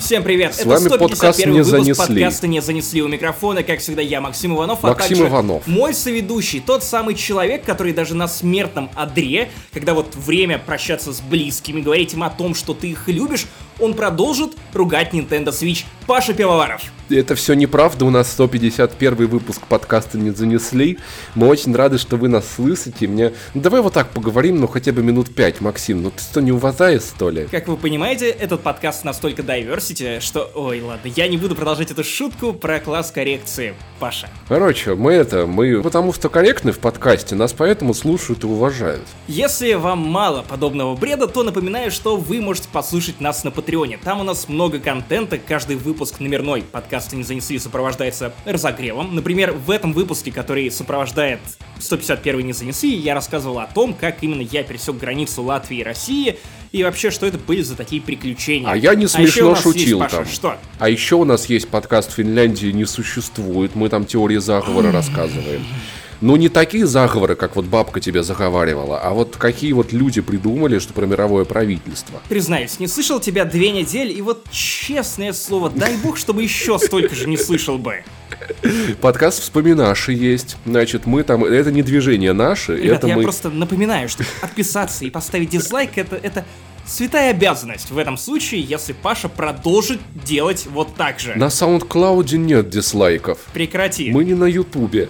Всем привет, С это вами 151 «Не выпуск занесли». подкаста «Не занесли». У микрофона, как всегда, я, Максим Иванов, а Максим также Иванов. мой соведущий, тот самый человек, который даже на смертном одре, когда вот время прощаться с близкими, говорить им о том, что ты их любишь, он продолжит ругать Nintendo Switch. Паша Пивоваров. Это все неправда, у нас 151 выпуск подкаста «Не занесли». Мы очень рады, что вы нас слышите. Давай вот так поговорим, ну хотя бы минут 5, Максим. Ну ты что, не уважаешь, что ли? Как вы понимаете, этот подкаст настолько diversity, что... Ой, ладно, я не буду продолжать эту шутку про класс коррекции. Паша. Короче, мы потому что корректны в подкасте, нас поэтому слушают и уважают. Если вам мало подобного бреда, то напоминаю, что вы можете послушать нас на Патреоне. Там у нас много контента, каждый выпуск номерной подкаста «Не занесли» сопровождается разогревом. Например, в этом выпуске, который сопровождает 151 «Не занесли», я рассказывал о том, как именно я пересек границу Латвии и России, и вообще, что это были за такие приключения. А я не смешно шутил есть, Паша, там. Что? А еще у нас есть подкаст «Финляндии не существует», мы там теории заговора рассказываем. Ну, не такие заговоры, как вот бабка тебе заговаривала, а вот какие вот люди придумали, что про мировое правительство. Признаюсь, не слышал тебя 2 недели, и вот честное слово, дай бог, чтобы еще столько же не слышал бы. Подкаст «Вспоминаши» есть. Значит, мы там... Это не движение наше, Ребята, это я мы... просто напоминаю, что отписаться и поставить дизлайк это святая обязанность в этом случае, если Паша продолжит делать вот так же. На SoundCloud нет дизлайков. Прекрати. Мы не на Ютубе.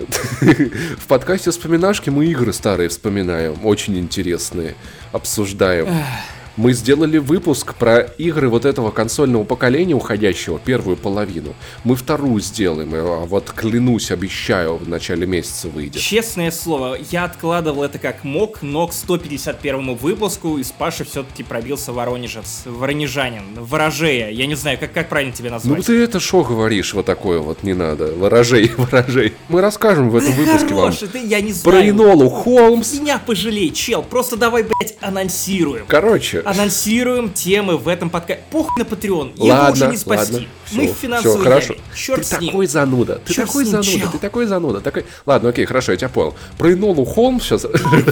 В подкасте «Вспоминашки» мы игры старые вспоминаем, очень интересные, обсуждаем. Мы сделали выпуск про игры вот этого консольного поколения уходящего, первую половину. Мы вторую сделаем, а вот клянусь, обещаю, в начале месяца выйдет. Честное слово, я откладывал это как мог, но к 151 выпуску из Паши все-таки пробился воронежанин, ворожея. Я не знаю, как правильно тебя назвать. Ну ты это шо говоришь вот такое вот, не надо. Ворожей. Мы расскажем в этом выпуске вам я не знаю. про Энолу Холмс. Меня пожалей, чел, просто давай, блять, анонсируем. Короче. Анонсируем темы в этом подкасте. Похуй на Patreon, его Ладно, уже не спасти. ладно. Мы в финансовой хорошо. яме. Черт с ним. Такой зануда. Ты такой зануда. Ладно, окей, хорошо, я тебя понял. Про Энолу Холмс сейчас.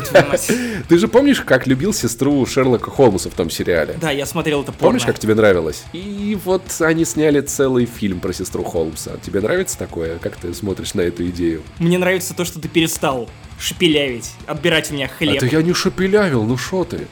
Ты же помнишь, как любил сестру Шерлока Холмса в том сериале? Да, я смотрел это порно. Помнишь, как тебе нравилось? И вот они сняли целый фильм про сестру Холмса. Тебе нравится такое? Как ты смотришь на эту идею? Мне нравится то, что ты перестал шепелявить, отбирать у меня хлеб. Это я не шепелявил, ну шо ты?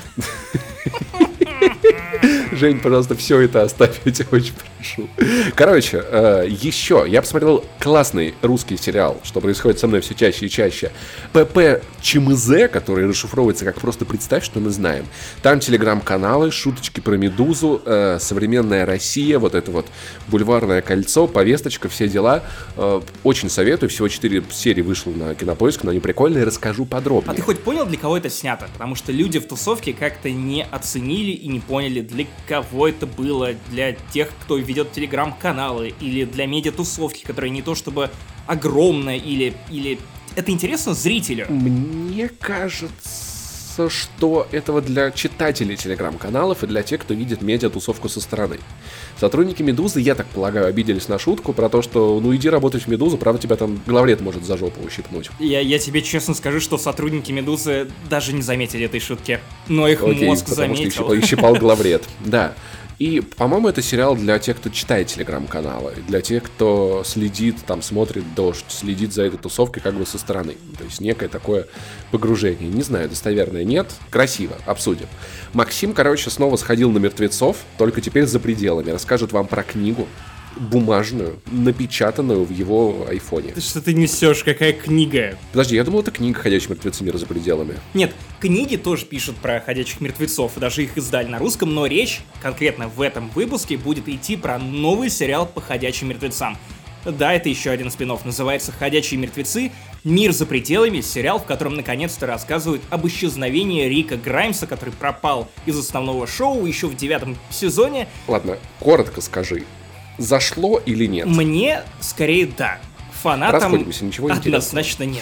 Жень, пожалуйста, все это оставь, я тебя очень прошу. Короче, еще я посмотрел классный русский сериал, что происходит со мной все чаще и чаще. ПП ЧМЗ, который расшифровывается как «Просто представь, что мы знаем». Там телеграм-каналы, шуточки про Медузу, современная Россия, вот это вот бульварное кольцо, повесточка, все дела. Очень советую, всего 4 серии вышло на Кинопоиск, но они прикольные, расскажу подробнее. А ты хоть понял, для кого это снято? Потому что люди в тусовке как-то не оценили и не поняли, для кого это было, для тех, кто ведет телеграм-каналы, или для медиатусовки, которая не то чтобы огромная, или... Это интересно зрителю? Мне кажется, что этого для читателей телеграм-каналов и для тех, кто видит медиатусовку со стороны. Сотрудники «Медузы», я так полагаю, обиделись на шутку про то, что ну иди работать в «Медузу», правда тебя там главред может за жопу ущипнуть. Я тебе честно скажу, что сотрудники «Медузы» даже не заметили этой шутки. Но их мозг заметил. Потому что щипал главред, да. И, по-моему, это сериал для тех, кто читает телеграм-каналы, для тех, кто следит, там, смотрит «Дождь», следит за этой тусовкой как бы со стороны. То есть некое такое погружение. Не знаю, достоверное нет. Красиво, обсудим. Максим, короче, снова сходил на мертвецов, только теперь за пределами. Расскажет вам про книгу бумажную, напечатанную в его айфоне. Что ты несешь? Какая книга? Подожди, я думал, это книга «Ходячие мертвецы. Мир за пределами». Нет, книги тоже пишут про ходячих мертвецов, и даже их издали на русском, но речь конкретно в этом выпуске будет идти про новый сериал по ходячим мертвецам. Да, это еще один спин-офф, называется «Ходячие мертвецы. Мир за пределами», сериал, в котором наконец-то рассказывают об исчезновении Рика Граймса, который пропал из основного шоу еще в 9 сезоне. Ладно, коротко скажи. Зашло или нет? Мне скорее да. Фанатам ничего однозначно нет.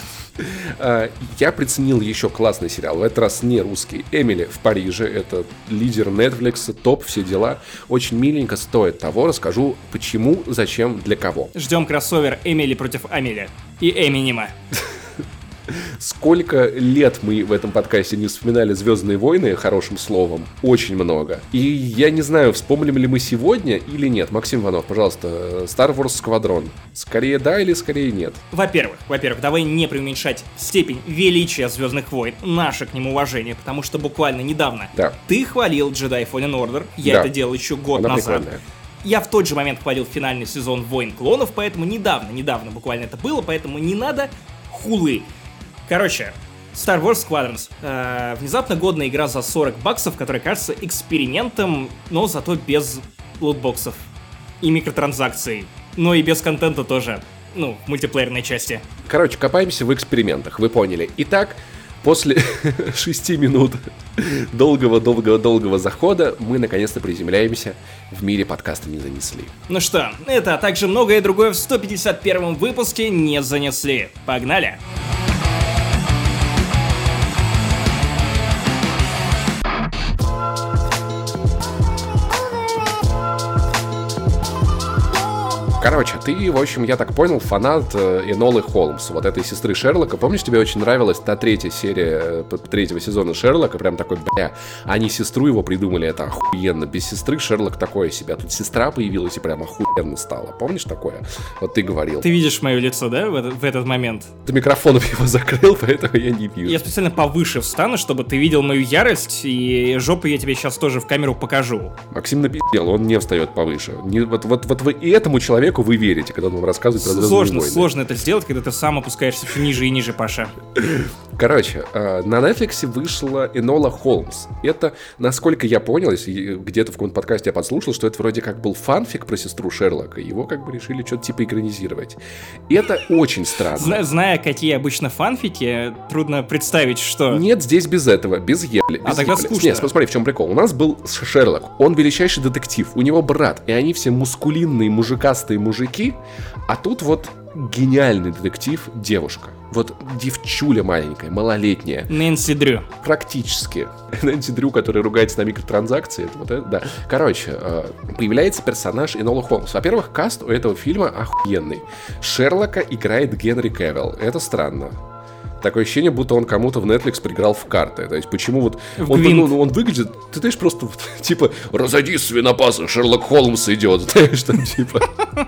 Я приценил еще классный сериал. В этот раз не русский. «Эмили в Париже». Это лидер Netflix, топ, все дела. Очень миленько, стоит того. Расскажу почему, зачем, для кого. Ждем кроссовер «Эмили против Амели» и Эминема. Сколько лет мы в этом подкасте не вспоминали «Звездные войны» хорошим словом. Очень много. И я не знаю, вспомним ли мы сегодня или нет. Максим Иванов, пожалуйста, Star Wars Squadron. Скорее да или скорее нет? Во-первых, давай не преуменьшать степень величия «Звездных войн», наше к ним уважение, потому что буквально недавно ты хвалил Jedi Fallen Order, я это делал еще год назад. Прикольная. Я в тот же момент хвалил финальный сезон «Войн клонов», поэтому недавно буквально это было, поэтому не надо хулы. Короче, Star Wars Squadrons. Внезапно годная игра за $40, которая кажется экспериментом, но зато без лутбоксов и микротранзакций. Но и без контента тоже, в мультиплеерной части. Короче, копаемся в экспериментах, вы поняли. Итак, после 6 минут долгого захода мы наконец-то приземляемся в мире подкаста «Не занесли». Ну что, это, а также многое другое в 151-м выпуске «Не занесли». Погнали! Короче, ты, в общем, я так понял, фанат Энолы Холмс, вот этой сестры Шерлока. Помнишь, тебе очень нравилась та 3-я серия 3-го сезона Шерлока? Прям такой, они сестру его придумали, это охуенно. Без сестры Шерлок такое себя. Тут сестра появилась и прям охуенно стало. Помнишь такое? Вот ты говорил. Ты видишь мое лицо, да, в этот момент? Ты микрофоном его закрыл, поэтому я не вижу. Я специально повыше встану, чтобы ты видел мою ярость, и жопу я тебе сейчас тоже в камеру покажу. Максим напиздел, он не встает повыше. Вот вы и этому человеку вы верите, когда он вам рассказывает про «Звездные войны». Сложно это сделать, когда ты сам опускаешься все ниже и ниже, Паша. Короче, на Netflix вышла Энола Холмс. Это, насколько я понял, если где-то в каком-то подкасте я подслушал, что это вроде как был фанфик про сестру Шерлока, его как бы решили что-то типа экранизировать. И это очень странно. Зная, какие обычно фанфики, трудно представить, что... Нет, здесь без этого, без ебли. Тогда скучно. Нет, смотри, в чем прикол. У нас был Шерлок, он величайший детектив, у него брат, и они все мускулинные, мужикастые мужики, а тут вот гениальный детектив девушка. Вот девчуля маленькая, малолетняя. Нэнси Дрю. Практически. Нэнси Дрю, которая ругается на микротранзакции. Это вот это, да. Короче, появляется персонаж Энола Холмс. Во-первых, каст у этого фильма охуенный. Шерлока играет Генри Кевилл. Это странно. Такое ощущение, будто он кому-то в Netflix проиграл в карты. То есть, почему вот... Он выглядит, ты знаешь, просто типа «Разойдись, свинопасы, Шерлок Холмс идет». Знаешь, там типа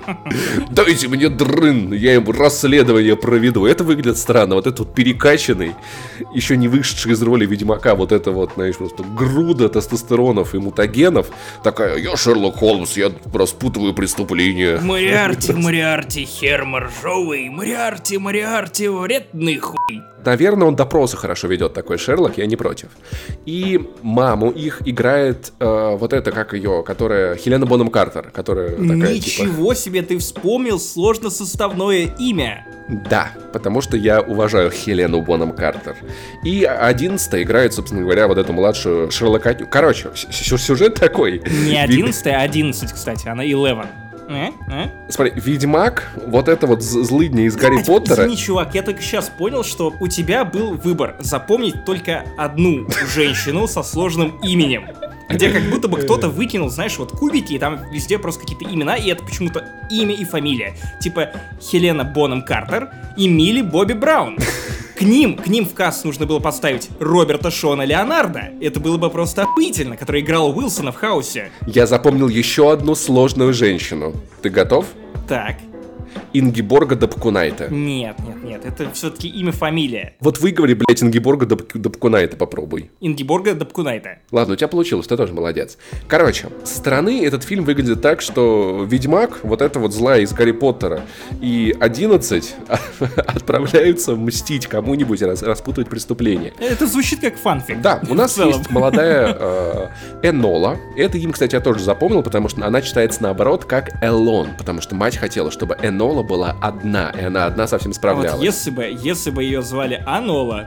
«Дайте мне дрын, я им расследование проведу». Это выглядит странно. Вот этот вот перекачанный, еще не вышедший из роли Ведьмака, вот это вот, знаешь, просто груда тестостеронов и мутагенов. Такая «Я Шерлок Холмс, я распутываю преступления». Мориарти, хер моржовый, Мориарти, вредный хуй. Наверное, он допросы хорошо ведет, такой Шерлок, я не против. И маму их играет вот эта, как ее, которая Хелена Бонем Картер, которая такая, Ничего себе, ты вспомнил сложносоставное имя. Да, потому что я уважаю Хелену Бонем Картер. И 11-я играет, собственно говоря, вот эту младшую Шерлокатню. Короче, сюжет такой. Не 11-я, а 11, кстати, она 11. Смотри, Ведьмак, вот это вот злыдня из Гарри Поттера. Извини, чувак, я только сейчас понял, что у тебя был выбор запомнить только одну женщину со сложным именем. Где как будто бы кто-то выкинул, знаешь, вот кубики, и там везде просто какие-то имена, и это почему-то имя и фамилия. Типа Хелена Бонем Картер и Милли Бобби Браун. К ним в каст нужно было поставить Роберта Шона Леонардо. Это было бы просто охуительно, который играл Уилсона в Хаусе. Я запомнил еще одну сложную женщину. Ты готов? Так. Ингеборга Дапкунайте. Нет, это все-таки имя-фамилия. Вот выговори, блядь, Ингеборга Дапкунайте, попробуй. Ингеборга Дапкунайте. Ладно, у тебя получилось, ты тоже молодец. Короче, со стороны этот фильм выглядит так, что Ведьмак, вот эта вот злая из Гарри Поттера, и 11 отправляются мстить кому-нибудь и распутывать преступление. Это звучит как фанфик. Да, у нас есть молодая Энола. Это им, кстати, я тоже запомнил, потому что она читается наоборот как Элон, потому что мать хотела, чтобы Энола была одна, и она одна совсем справлялась. Вот если бы ее звали Анола,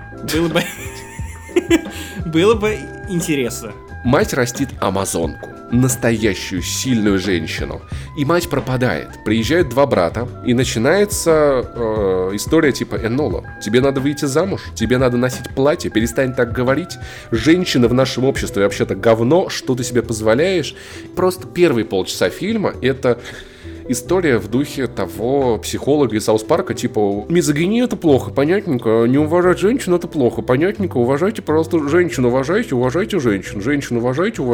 было бы интересно. Мать растит амазонку, настоящую сильную женщину. И мать пропадает. Приезжают два брата, и начинается история типа «Энола, тебе надо выйти замуж, тебе надо носить платье, перестань так говорить. Женщины в нашем обществе вообще-то говно, что ты себе позволяешь». Просто первые полчаса фильма — это история в духе того психолога из Саус Парка, типа, мизогиния — это плохо, понятненько, не уважать женщин — это плохо, понятненько, уважайте, пожалуйста, женщин, уважайте женщин уважайте.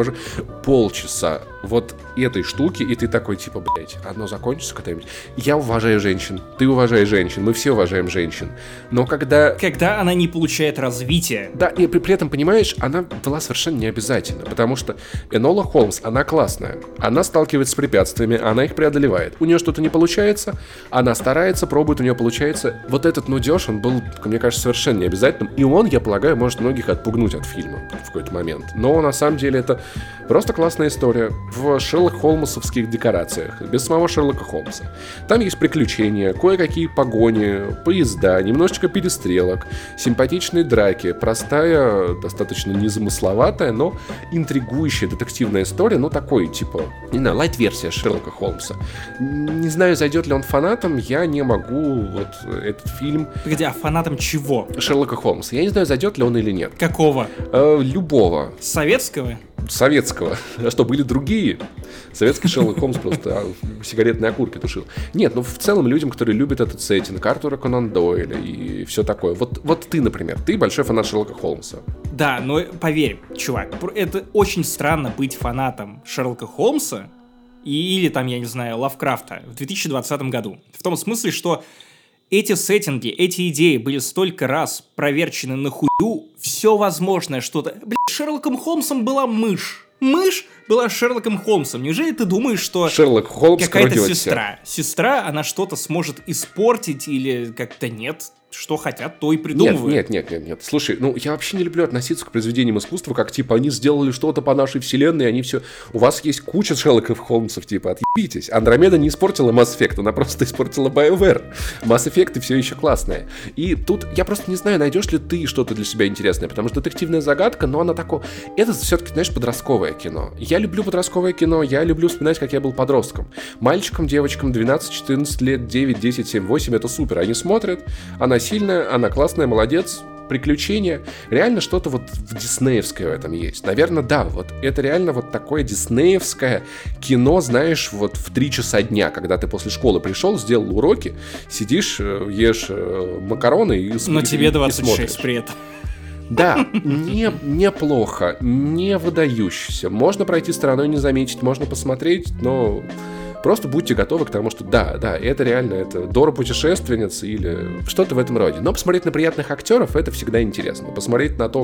Полчаса вот этой штуки, и ты такой, типа, блять, оно закончится когда-нибудь. Я уважаю женщин, ты уважаешь женщин, мы все уважаем женщин, но когда она не получает развития. Да, и при этом, понимаешь, она была совершенно не обязательна, потому что Энола Холмс, она классная, она сталкивается с препятствиями, она их преодолевает. У нее что-то не получается, она старается, пробует, у нее получается. Вот этот нудеж, он был, мне кажется, совершенно необязательным, и он, я полагаю, может многих отпугнуть от фильма в какой-то момент. Но на самом деле это просто классная история в Шерлок Холмсовских декорациях, без самого Шерлока Холмса. Там есть приключения, кое-какие погони, поезда, немножечко перестрелок, симпатичные драки, простая, достаточно незамысловатая, но интригующая детективная история, ну такой, типа, не знаю, лайт-версия Шерлока Холмса. Не знаю, зайдет ли он фанатам, я не могу вот этот фильм... Погоди, а фанатам чего? Шерлока Холмса. Я не знаю, зайдет ли он или нет. Какого? Любого. Советского? Советского. А что, были другие? Советский Шерлок Холмс просто сигаретные окурки тушил. Нет, ну в целом людям, которые любят этот сеттинг, Артура Конан Дойля и все такое. Вот ты, например, ты большой фанат Шерлока Холмса. Да, но поверь, чувак, это очень странно быть фанатом Шерлока Холмса или там, я не знаю, Лавкрафта в 2020 году. В том смысле, что эти сеттинги, эти идеи были столько раз проверчены на хую, все возможное что-то... Блин, Шерлоком Холмсом была мышь. Мышь была Шерлоком Холмсом. Неужели ты думаешь, что Шерлок Холмс какая-то сестра, она что-то сможет испортить или как-то нет? Что хотят, то и придумывают. Нет. Слушай, ну я вообще не люблю относиться к произведениям искусства, как типа они сделали что-то по нашей вселенной, они все... У вас есть куча Шерлоков Холмсов, типа, отъебитесь. Андромеда не испортила Mass Effect, она просто испортила BioWare. Mass Effect все еще классная. И тут я просто не знаю, найдешь ли ты что-то для себя интересное, потому что детективная загадка, но она такое... Это все-таки, знаешь, подростковое кино. Я люблю подростковое кино, я люблю вспоминать, как я был подростком. Мальчикам, девочкам 12-14 лет, 9, 10, 7, 8, это супер. Они смотрят, она сильная, она классная, молодец, приключения. Реально что-то вот в диснеевское в этом есть. Наверное, да, вот это реально вот такое диснеевское кино, знаешь, вот в 3 часа дня, когда ты после школы пришел, сделал уроки, сидишь, ешь макароны и смотришь. Но тебе 26 при этом. Да, неплохо, не выдающийся. Можно пройти стороной, не заметить, можно посмотреть, но просто будьте готовы к тому, что да, это реально, это Дора путешественница или что-то в этом роде. Но посмотреть на приятных актеров — это всегда интересно. Посмотреть на то,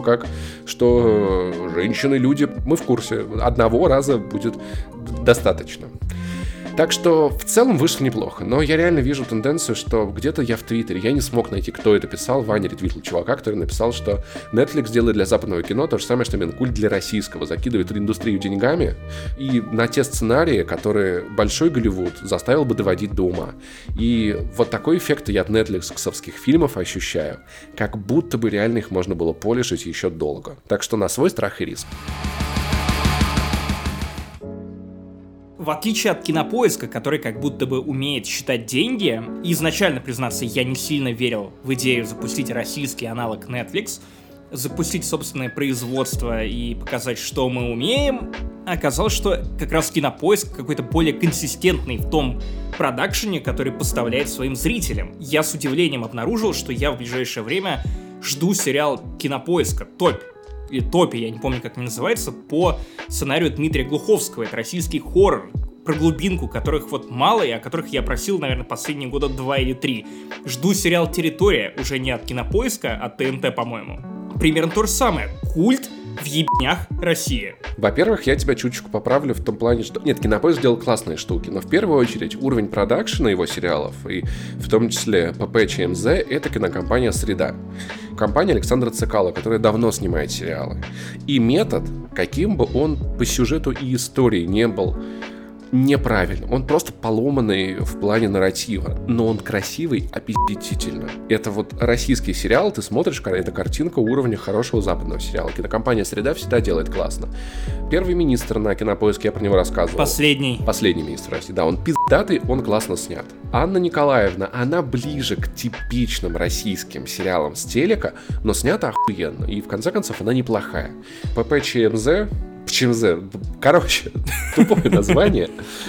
что женщины, люди, мы в курсе. Одного раза будет достаточно. Так что в целом вышло неплохо, но я реально вижу тенденцию, что где-то я в Твиттере, я не смог найти, кто это писал, Ваня ретвитл чувака, который написал, что Netflix делает для западного кино то же самое, что Минкульт для российского, закидывает индустрию деньгами и на те сценарии, которые большой Голливуд заставил бы доводить до ума. И вот такой эффект я от нетфликсовских фильмов ощущаю, как будто бы реально их можно было полишить еще долго. Так что на свой страх и риск. В отличие от Кинопоиска, который как будто бы умеет считать деньги, и изначально, признаться, я не сильно верил в идею запустить российский аналог Netflix, запустить собственное производство и показать, что мы умеем, оказалось, что как раз Кинопоиск какой-то более консистентный в том продакшене, который поставляет своим зрителям. Я с удивлением обнаружил, что я в ближайшее время жду сериал Кинопоиска «Топи», я не помню, как он называется, по сценарию Дмитрия Глуховского. Это российский хоррор про глубинку, которых вот мало, и о которых я просил, наверное, последние года 2 или 3. Жду сериал «Территория», уже не от Кинопоиска, а от ТНТ, по-моему. Примерно то же самое. Культ в ебнях России. Во-первых, я тебя чуточку поправлю в том плане, что... Нет, Кинопоиск делал классные штуки, но в первую очередь уровень продакшена его сериалов, и в том числе ПП ЧМЗ, это кинокомпания «Среда». Компания Александра Цекало, которая давно снимает сериалы. И метод, каким бы он по сюжету и истории не был неправильно. Он просто поломанный в плане нарратива, но он красивый аппетитительно. Это вот российский сериал, ты смотришь, это картинка уровня хорошего западного сериала. Кинокомпания «Среда» всегда делает классно. Первый министр на Кинопоиске, я про него рассказывал. Последний министр России, да, он пиздатый, он классно снят. Анна Николаевна, она ближе к типичным российским сериалам с телека, но снята охуенно, и в конце концов она неплохая. ПП ЧМЗ, ЧМЗ. Короче, тупое название.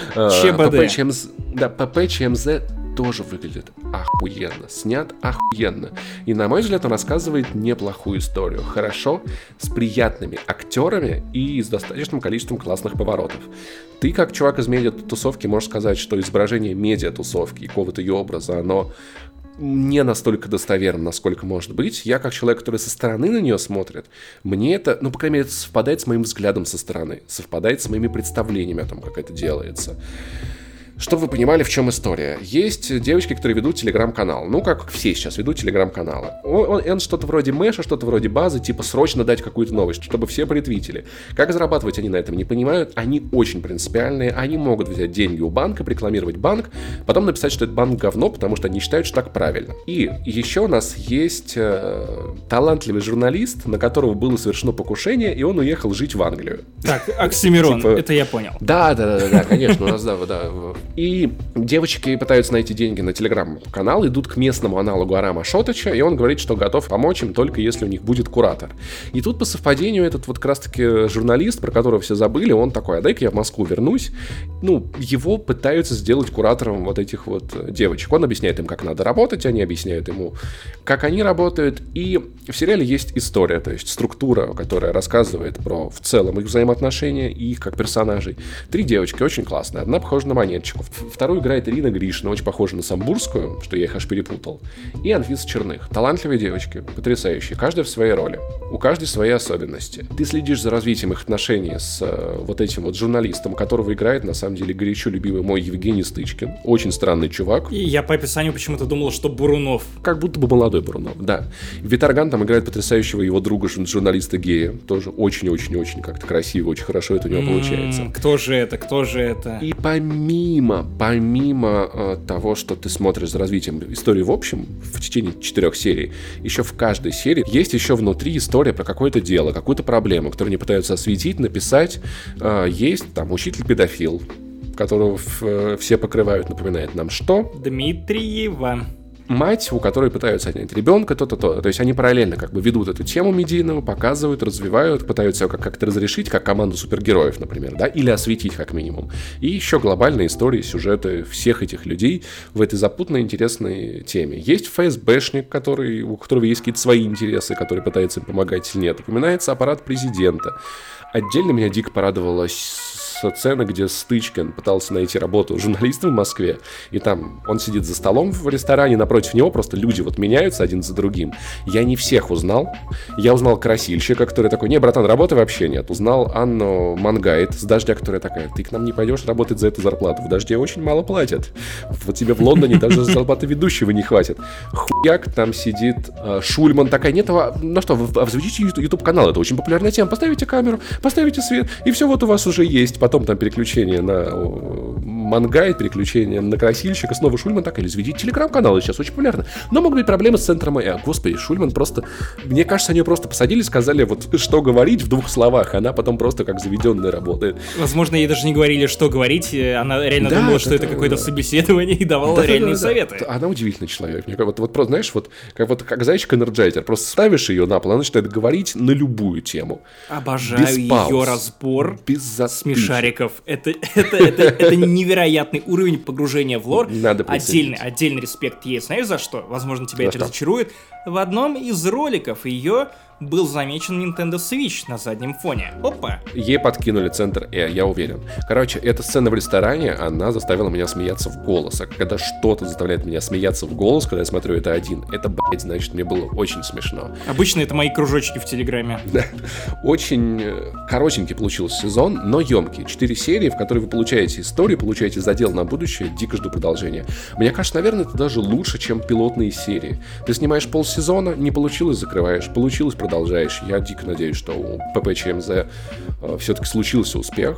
ЧБД. ПП ЧМЗ тоже выглядит охуенно, снят охуенно. И, на мой взгляд, он рассказывает неплохую историю. Хорошо, с приятными актерами и с достаточным количеством классных поворотов. Ты, как чувак из медиа-тусовки, можешь сказать, что изображение медиа-тусовки и какого-то ее образа, оно не настолько достоверно, насколько может быть. Я, как человек, который со стороны на нее смотрит, мне это, ну, по крайней мере, совпадает с моим взглядом со стороны, совпадает с моими представлениями о том, как это делается. Чтобы вы понимали, в чем история. Есть девочки, которые ведут телеграм-канал. Ну, как все сейчас ведут телеграм-каналы. Он что-то вроде мэша, что-то вроде базы, типа срочно дать какую-то новость, чтобы все поретвитили. Как зарабатывать они на этом не понимают. Они очень принципиальные. Они могут взять деньги у банка, рекламировать банк, потом написать, что это банк говно, потому что они считают, что так правильно. И еще у нас есть талантливый журналист, на которого было совершено покушение, и он уехал жить в Англию. Так, Оксимирон, это я понял. Да, конечно, у нас, да. И девочки пытаются найти деньги на телеграм-канал, идут к местному аналогу Арама Шотыча, и он говорит, что готов помочь им только если у них будет куратор. И тут по совпадению этот вот как раз-таки журналист, про которого все забыли, он такой: а дай-ка я в Москву вернусь. Ну, его пытаются сделать куратором вот этих вот девочек. Он объясняет им, как надо работать, они объясняют ему, как они работают. И в сериале есть история, то есть структура, которая рассказывает про в целом их взаимоотношения и их как персонажей. 3 девочки очень классные. Одна похожа на Монетчику. Вторую играет Ирина Гришина, очень похожа на Самбурскую, что я их аж перепутал. И Анфиса Черных. Талантливые девочки, потрясающие, каждая в своей роли. У каждой свои особенности. Ты следишь за развитием их отношений с вот этим вот журналистом, которого играет, на самом деле, горячо любимый мой Евгений Стычкин. Очень странный чувак. И я по описанию почему-то думал, что Бурунов. Как будто бы молодой Бурунов, да. Виторган там играет потрясающего его друга, журналиста гея. Тоже очень-очень-очень как-то красиво, очень хорошо это у него получается. Кто же это? И помимо того, что ты смотришь за развитием истории в общем, в течение 4 серий, еще в каждой серии есть еще внутри история про какое-то дело, какую-то проблему, которую они пытаются осветить, написать. Есть там учитель-педофил, которого все покрывают, напоминает нам что? Дмитриева. Мать, у которой пытаются отнять ребенка, то-то. То есть они параллельно как бы ведут эту тему медийную, показывают, развивают, пытаются ее как-то разрешить, как команду супергероев, например, да, или осветить как минимум. И еще глобальные истории, сюжеты всех этих людей в этой запутанной, интересной теме. Есть ФСБшник, у которого есть какие-то свои интересы, который пытается им помогать сильнее. Упоминается аппарат президента. Отдельно меня дико порадовалась сцена, где Стычкин пытался найти работу журналиста в Москве, и там он сидит за столом в ресторане, напротив него просто люди вот меняются один за другим. Я не всех узнал. Я узнал красильщика, который такой: не, братан, работы вообще нет. Узнал Анну Мангайт с «Дождя», которая такая: ты к нам не пойдешь работать за эту зарплату, в «Дожде» очень мало платят. Вот тебе в Лондоне даже зарплаты ведущего не хватит. Хуяк, там сидит Шульман, такая: нет, ну что, взведите YouTube-канал, это очень популярная тема, поставите камеру, поставите свет, и все вот у вас уже есть. Потом там переключение на Мангайт, переключение на красильщика, снова Шульман, так, или заведите телеграм-каналы, сейчас очень популярно. Но могут быть проблемы с центром. Господи, Шульман просто... Мне кажется, они ее просто посадили, сказали, вот что говорить в 2 словах, она потом просто как заведенная работает. Возможно, ей даже не говорили, что говорить, она реально думала, что это какое-то собеседование, и давала реальные советы. Она удивительный человек. Вот просто, знаешь, как зайчик-энерджайзер, просто ставишь ее на пол, она начинает говорить на любую тему. Обожаю ее разбор смешариков. Это невероятный уровень погружения в лор. Отдельный респект ей. Знаешь за что? Возможно, тебя это разочарует. В одном из роликов ее был замечен Nintendo Switch на заднем фоне. Опа! Ей подкинули центр я уверен. Короче, эта сцена в ресторане, она заставила меня смеяться в голос. А когда что-то заставляет меня смеяться в голос, когда я смотрю это один, это, блядь, значит, мне было очень смешно. Обычно это мои кружочки в Телеграме. Да. Очень коротенький получился сезон, но емкий. 4 серии, в которые вы получаете историю, получаете задел на будущее, дико жду продолжения. Мне кажется, наверное, это даже лучше, чем пилотные серии. Ты снимаешь полсезона, не получилось, закрываешь. Получилось, продолжаешь. Я дико надеюсь, что у ПП ЧМЗ все-таки случился успех.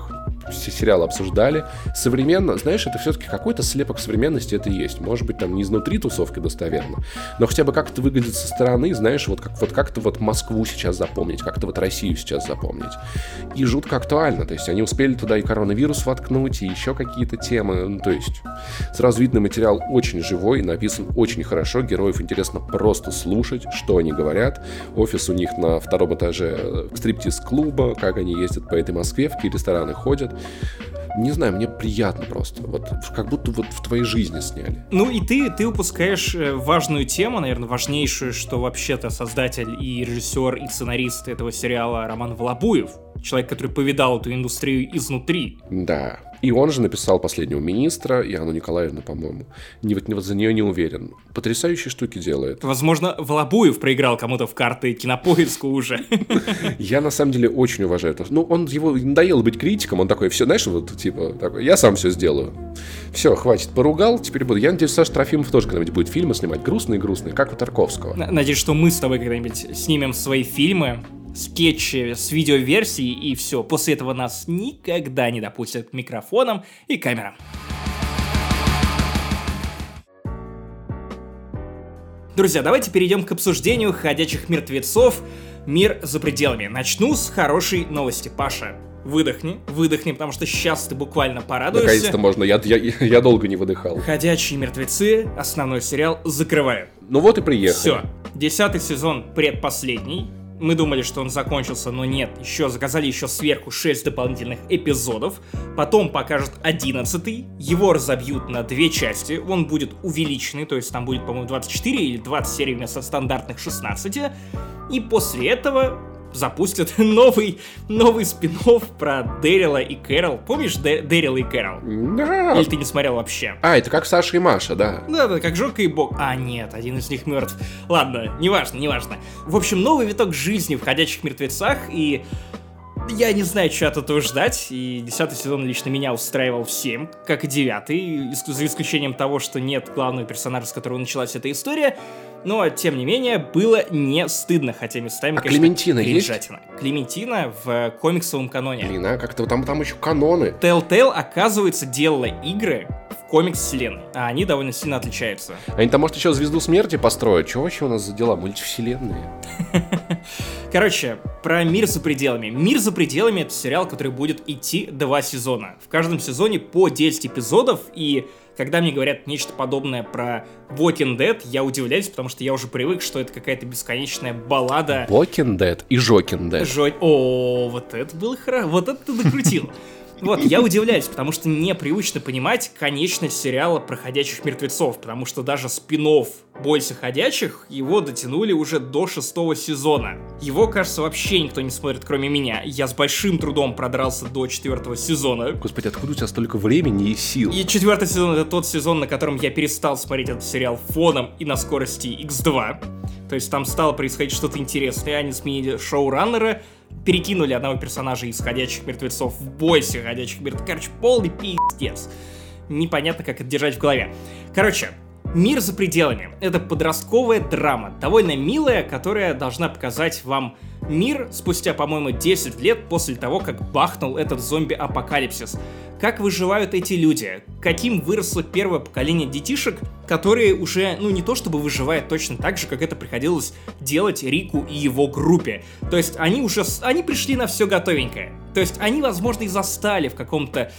все сериалы обсуждали. Современно, знаешь, это все-таки какой-то слепок современности это есть. Может быть, там не изнутри тусовки достоверно, но хотя бы как это выглядит со стороны, знаешь, вот как-то вот Москву сейчас запомнить, как-то вот Россию сейчас запомнить. И жутко актуально, то есть они успели туда и коронавирус воткнуть, и еще какие-то темы, ну, то есть сразу видно, материал очень живой, написан очень хорошо, героев интересно просто слушать, что они говорят. Офис у них на 2-м этаже стриптиз-клуба, как они ездят по этой Москве, в какие рестораны ходят. Не знаю, мне приятно просто. Вот как будто вот в твоей жизни сняли. Ну и ты упускаешь важную тему, наверное, важнейшую, что вообще-то создатель и режиссер, и сценарист этого сериала Роман Волобуев. Человек, который повидал эту индустрию изнутри. Да. И он же написал «Последнего министра», и Анну Николаевну, по-моему. Вот за нее не уверен. Потрясающие штуки делает. Возможно, Волобуев проиграл кому-то в карты Кинопоиску уже. Я, на самом деле, очень уважаю это. Ну, его надоело быть критиком, он такой, все, знаешь, вот, типа, такой, я сам все сделаю. Все, хватит, поругал, теперь буду. Я надеюсь, Саша Трофимов тоже когда-нибудь будет фильмы снимать, грустные-грустные, как у Тарковского. Надеюсь, что мы с тобой когда-нибудь снимем свои фильмы, скетчи с видеоверсией, и все. После этого нас никогда не допустят к микрофонам и камерам. Друзья, давайте перейдем к обсуждению «Ходячих мертвецов. Мир за пределами». Начну с хорошей новости. Паша, выдохни, потому что сейчас ты буквально порадуешься. Наконец-то можно, я долго не выдыхал. «Ходячие мертвецы», основной сериал, закрывают. Ну вот и приехали. Все, 10-й сезон предпоследний. Мы думали, что он закончился, но нет. Заказали еще сверху 6 дополнительных эпизодов. Потом покажут 11-й. Его разобьют на 2 части. Он будет увеличенный, то есть там будет, по-моему, 24 или 20 серий вместо стандартных 16. И после этого запустят новый спин-офф про Дэрила и Кэрол. Помнишь Дэрила и Кэрол? Да. Или ты не смотрел вообще? Это как Саша и Маша, да. Да, как Жорка и Бог. Нет, один из них мертв. Ладно, неважно. В общем, новый виток жизни в «Ходячих мертвецах», и я не знаю, что от этого ждать, и 10-й сезон лично меня устраивал всем, как и 9-й, за исключением того, что нет главного персонажа, с которого началась эта история, но, тем не менее, было не стыдно, хотя местами, конечно, Клементина есть? Клементина в комиксовом каноне. Блин, как-то там еще каноны. Telltale, оказывается, делала игры в комикс-вселенной, а они довольно сильно отличаются. Они там, может, еще «Звезду смерти» построят? Чего вообще у нас за дела? Мультивселенные. Короче, про «Мир за пределами». «Мир за пределами» — это сериал, который будет идти 2 сезона. В каждом сезоне по 10 эпизодов, и когда мне говорят нечто подобное про Walking Dead, я удивляюсь, потому что я уже привык, что это какая-то бесконечная баллада. Walking Dead и Joking Dead. Вот это было хорошо, вот это ты докрутил. Вот, я удивляюсь, потому что непривычно понимать конечность сериала про ходячих мертвецов, потому что даже спин-офф «Бойся ходячих» его дотянули уже до 6-го сезона. Его, кажется, вообще никто не смотрит, кроме меня. Я с большим трудом продрался до 4-го сезона. Господи, откуда у тебя столько времени и сил? И 4-й сезон — это тот сезон, на котором я перестал смотреть этот сериал фоном и на скорости X2. То есть там стало происходить что-то интересное, они сменили шоураннера, перекинули одного персонажа из «Ходячих мертвецов» в «Бойся ходячих мертвецов». Короче, полный пиздец. Непонятно, как это держать в голове. Короче, «Мир за пределами» — это подростковая драма, довольно милая, которая должна показать вам мир спустя, по-моему, 10 лет после того, как бахнул этот зомби-апокалипсис. Как выживают эти люди? Каким выросло первое поколение детишек, которые уже, не то чтобы выживают точно так же, как это приходилось делать Рику и его группе. То есть они пришли на все готовенькое. То есть они, возможно, и застали в каком-то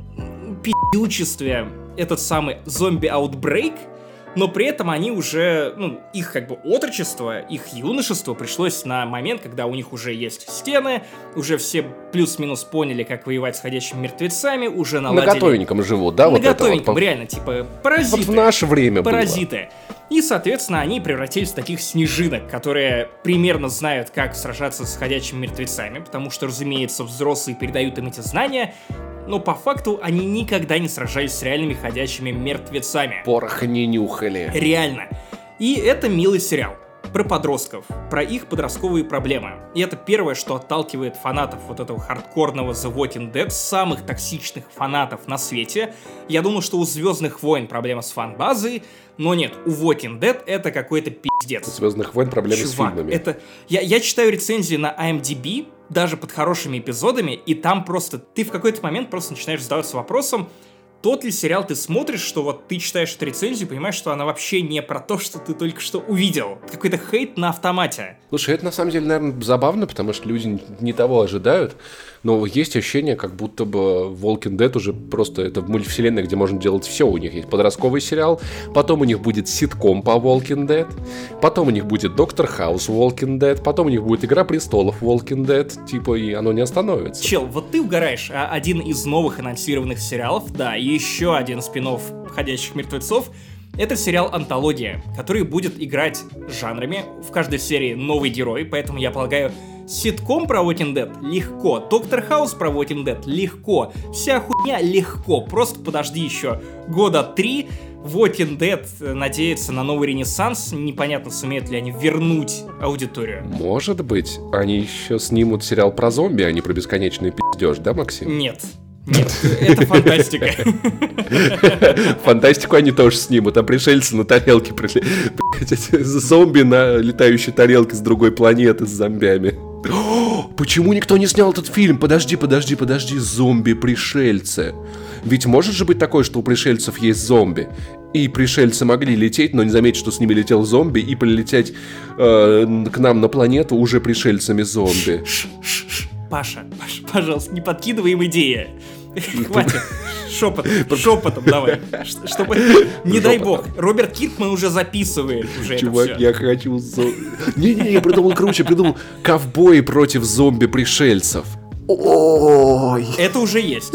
пи***честве этот самый зомби-аутбрейк, но при этом они уже, их отрочество, их юношество пришлось на момент, когда у них уже есть стены, уже все плюс-минус поняли, как воевать с ходячими мертвецами, уже наладили... На готовеньком живут, да? На готовеньком, реально, паразиты. Вот в наше время паразиты. И, соответственно, они превратились в таких снежинок, которые примерно знают, как сражаться с ходячими мертвецами, потому что, разумеется, взрослые передают им эти знания, но по факту они никогда не сражались с реальными ходячими мертвецами. Пороха не нюхали. Реально. И это милый сериал про подростков, про их подростковые проблемы. И это первое, что отталкивает фанатов вот этого хардкорного The Walking Dead, самых токсичных фанатов на свете. Я думал, что у Звездных войн проблема с фан-базой, но нет, у Walking Dead это какой-то пиздец. У Звездных войн проблемы с фильмами. Я читаю рецензии на IMDb, даже под хорошими эпизодами, и там просто ты в какой-то момент просто начинаешь задаваться вопросом, тот ли сериал ты смотришь, что вот ты читаешь эту рецензию, понимаешь, что она вообще не про то, что ты только что увидел. Какой-то хейт на автомате. Слушай, это на самом деле, наверное, забавно, потому что люди не того ожидают, но есть ощущение, как будто бы Walking Dead уже просто это мультивселенная, где можно делать все. У них есть подростковый сериал, потом у них будет ситком по Walking Dead, потом у них будет Доктор Хаус Walking Dead, потом у них будет Игра Престолов Walking Dead, типа, и оно не остановится. Чел, вот ты угораешь, а один из новых анонсированных сериалов, да, и еще один спин-офф «Ходячих мертвецов», это сериал «Антология», который будет играть жанрами. В каждой серии новый герой, поэтому, я полагаю, ситком про Walking Dead легко, Доктор Хаус про Walking Dead легко, вся хуйня легко, просто подожди еще года 3, Walking Dead надеется на новый ренессанс, непонятно, сумеют ли они вернуть аудиторию. Может быть, они еще снимут сериал про зомби, а не про бесконечный пиздеж, да, Максим? Нет, это фантастика. Фантастику они тоже снимут, а пришельцы на тарелке зомби на летающей тарелке с другой планеты с зомбями. Почему никто не снял этот фильм? Подожди, зомби-пришельцы. Ведь может же быть такое, что у пришельцев есть зомби, и пришельцы могли лететь, но не заметить, что с ними летел зомби, и прилететь к нам на планету уже пришельцами зомби. Паша, пожалуйста, не подкидывай им идеи. Хватит. Шепотом давай. Чтобы, не дай бог, Роберт Киркман уже записывает. Чувак, я хочу... Не-не-не, я придумал круче, ковбои против зомби-пришельцев. Ой. Это уже есть.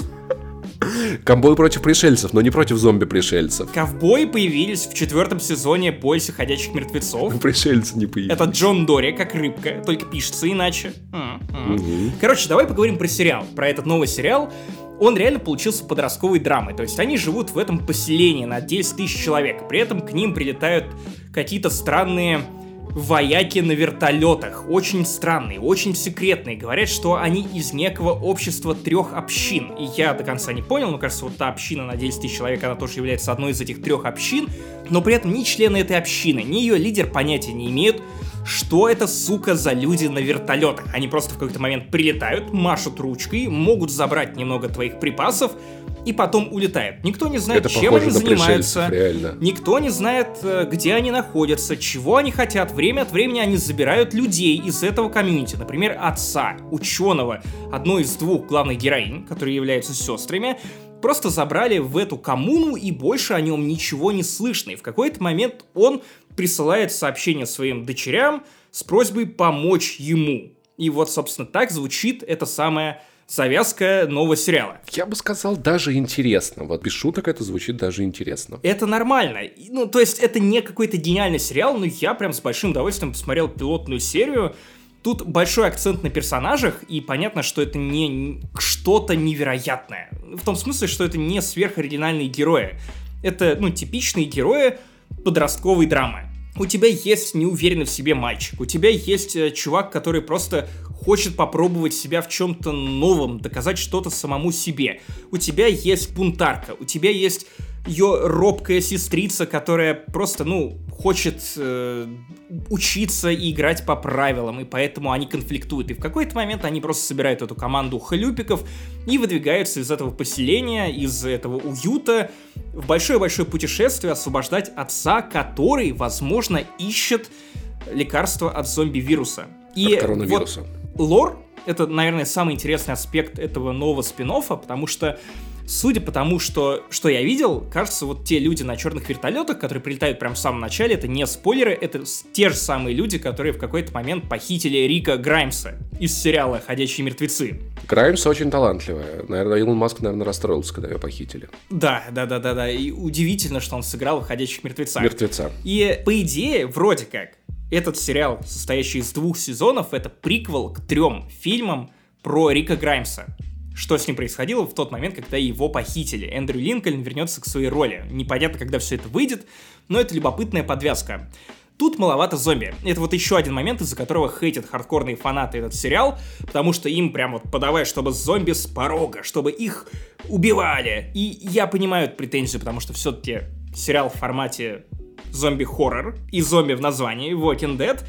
Ковбои против пришельцев, но не против зомби-пришельцев. Ковбои появились в 4 сезоне «Бойся ходячих мертвецов». Пришельцы не появились. Это Джон Дори, как рыбка, только пишется иначе. Короче, давай поговорим про сериал, про этот новый сериал. Он реально получился подростковой драмой, то есть они живут в этом поселении на 10 тысяч человек, при этом к ним прилетают какие-то странные вояки на вертолетах, очень странные, очень секретные, говорят, что они из некого общества 3 общин, и я до конца не понял, но кажется, вот та община на 10 тысяч человек, она тоже является одной из этих 3 общин, но при этом ни члены этой общины, ни ее лидер понятия не имеют, что это, сука, за люди на вертолетах. Они просто в какой-то момент прилетают, машут ручкой, могут забрать немного твоих припасов и потом улетают. Никто не знает, чем они занимаются. Никто не знает, где они находятся, чего они хотят. Время от времени они забирают людей из этого комьюнити. Например, отца, ученого, одной из 2 главных героинь, которые являются сестрами, просто забрали в эту коммуну, и больше о нем ничего не слышно. И в какой-то момент он присылает сообщение своим дочерям с просьбой помочь ему. И вот, собственно, так звучит эта самая завязка нового сериала. Я бы сказал, даже интересно. Вот без шуток это звучит даже интересно. Это нормально. Ну, то есть, это не какой-то гениальный сериал, но я прям с большим удовольствием посмотрел пилотную серию. Тут большой акцент на персонажах, и понятно, что это не что-то невероятное. В том смысле, что это не сверхоригинальные герои. Это, типичные герои подростковой драмы. У тебя есть неуверенный в себе мальчик, у тебя есть чувак, который просто хочет попробовать себя в чем-то новом, доказать что-то самому себе. У тебя есть бунтарка, у тебя есть ее робкая сестрица, которая просто, хочет учиться и играть по правилам, и поэтому они конфликтуют. И в какой-то момент они просто собирают эту команду хлюпиков и выдвигаются из этого поселения, из этого уюта в большое-большое путешествие освобождать отца, который, возможно, ищет лекарство от зомби-вируса. От коронавируса. Вот лор — это, наверное, самый интересный аспект этого нового спин-оффа, потому что судя по тому, что я видел, кажется, вот те люди на черных вертолетах, которые прилетают прямо в самом начале, это не спойлеры, это те же самые люди, которые в какой-то момент похитили Рика Граймса из сериала «Ходячие мертвецы». Граймс очень талантливая. Наверное, Илон Маск, расстроился, когда ее похитили. Да. И удивительно, что он сыграл в «Ходячих мертвецах». Мертвеца. И, по идее, вроде как, этот сериал, состоящий из 2 сезонов, это приквел к 3 фильмам про Рика Граймса. Что с ним происходило в тот момент, когда его похитили. Эндрю Линкольн вернется к своей роли. Непонятно, когда все это выйдет, но это любопытная подвязка. Тут маловато зомби. Это вот еще один момент, из-за которого хейтят хардкорные фанаты этот сериал, потому что им прям вот подавай, чтобы зомби с порога, чтобы их убивали. И я понимаю эту претензию, потому что все-таки сериал в формате зомби-хоррор и зомби в названии, Walking Dead.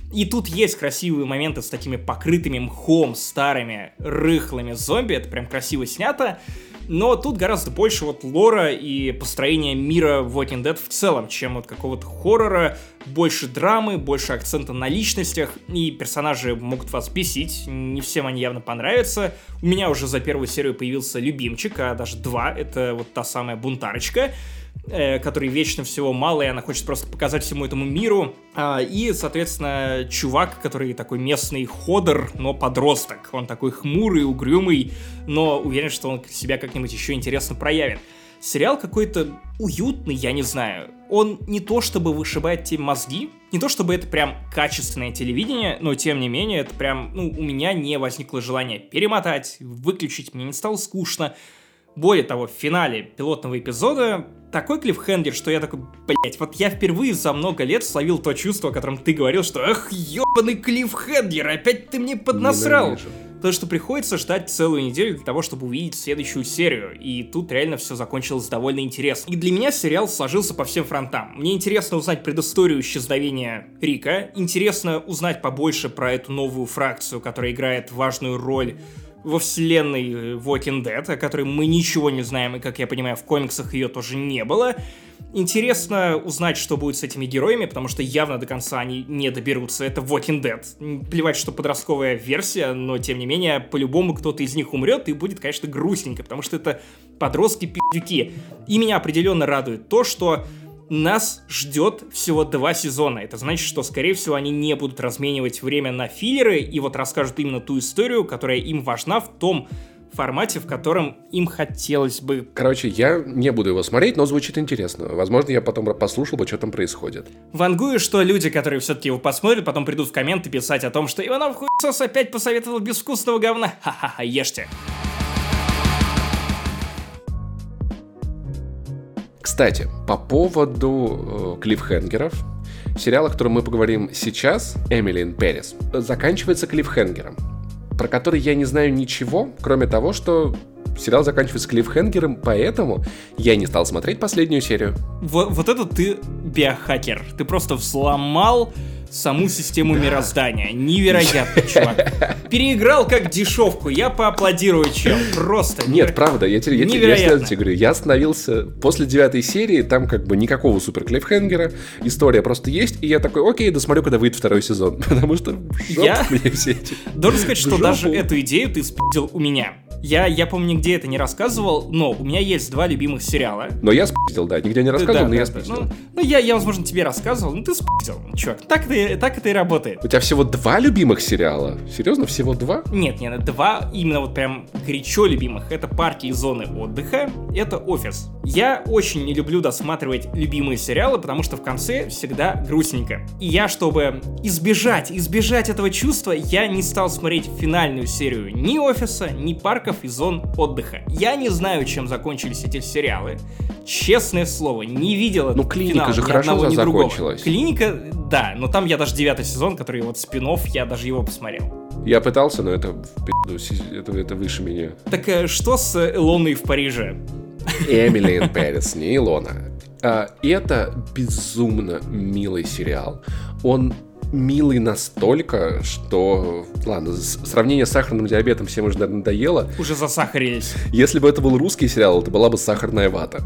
И тут есть красивые моменты с такими покрытыми мхом старыми рыхлыми зомби, это прям красиво снято. Но тут гораздо больше вот лора и построения мира Walking Dead в целом, чем вот какого-то хоррора. Больше драмы, больше акцента на личностях, и персонажи могут вас бесить, не всем они явно понравятся. У меня уже за первую серию появился любимчик, а даже два, это вот та самая бунтарочка, которой вечно всего мало, и она хочет просто показать всему этому миру. И, соответственно, чувак, который такой местный ходор, но подросток. Он такой хмурый, угрюмый, но уверен, что он себя как-нибудь еще интересно проявит. Сериал какой-то уютный, я не знаю. Он не то чтобы вышибает тебе мозги, не то чтобы это прям качественное телевидение, но тем не менее, это прям, у меня не возникло желания перемотать, выключить, мне не стало скучно. Более того, в финале пилотного эпизода такой клиффхенгер, что я такой, блять, вот я впервые за много лет словил то чувство, о котором ты говорил, что эх, ебаный клиффхенгер, опять ты мне поднасрал. Ненавижу. То, что приходится ждать целую неделю для того, чтобы увидеть следующую серию. И тут реально все закончилось довольно интересно. И для меня сериал сложился по всем фронтам. Мне интересно узнать предысторию исчезновения Рика. Интересно узнать побольше про эту новую фракцию, которая играет важную роль во вселенной Walking Dead, о которой мы ничего не знаем, и, как я понимаю, в комиксах ее тоже не было. Интересно узнать, что будет с этими героями, потому что явно до конца они не доберутся. Это Walking Dead. Плевать, что подростковая версия, но, тем не менее, по-любому кто-то из них умрет, и будет, конечно, грустненько, потому что это подростки-пиздюки. И меня определенно радует то, что нас ждет всего 2 сезона. Это значит, что, скорее всего, они не будут разменивать время на филлеры и вот расскажут именно ту историю, которая им важна в том формате, в котором им хотелось бы. Короче, я не буду его смотреть, но звучит интересно. Возможно, я потом послушал бы, что там происходит. Вангую, что люди, которые все-таки его посмотрят, потом придут в комменты писать о том, что Иванов хуесос опять посоветовал безвкусного говна. Ха-ха-ха, ешьте. Кстати, по поводу клиффхенгеров, сериал, о котором мы поговорим сейчас, Эмили ин Пэрис, заканчивается клиффхенгером, про который я не знаю ничего, кроме того, что сериал заканчивается клиффхенгером, поэтому я не стал смотреть последнюю серию. Вот это ты биохакер. Ты просто взломал саму систему мироздания. Невероятно, чувак. Переиграл как дешевку. Я поаплодирую, чел. Просто. Нет, правда, я тебе говорю. Я остановился после 9 серии, там как бы никакого супер клиффхенгера. История просто есть, и я такой, окей, досмотрю, когда выйдет 2 сезон. Потому что мне все эти... Должен сказать, что даже эту идею ты спиздил у меня. Я помню, нигде это не рассказывал, но у меня есть 2 любимых сериала. Но я спиздил, да, нигде не рассказывал, но я спиздил. Я, возможно, тебе рассказывал, но ты спиздил, чувак. Так это и работает. У тебя всего 2 любимых сериала? Серьезно, всего 2? Нет, 2 именно вот прям горячо любимых. Это парки и зоны отдыха, это офис. Я очень не люблю досматривать любимые сериалы, потому что в конце всегда грустненько. И я, чтобы избежать этого чувства, я не стал смотреть финальную серию ни офиса, ни парков и зон отдыха. Я не знаю, чем закончились эти сериалы. Честное слово, не видел этот финал же хорошо закончилась. Клиника, да, но там я даже 9 сезон, который вот спин-офф, я даже его посмотрел. Я пытался, но это выше меня. Так что с Илоной в Париже? Эмили ин Пэрис, не Илона. Это безумно милый сериал. Он милый настолько, что... Ладно, сравнение с сахарным диабетом всем уже надоело. Уже засахарились. Если бы это был русский сериал, это была бы сахарная вата.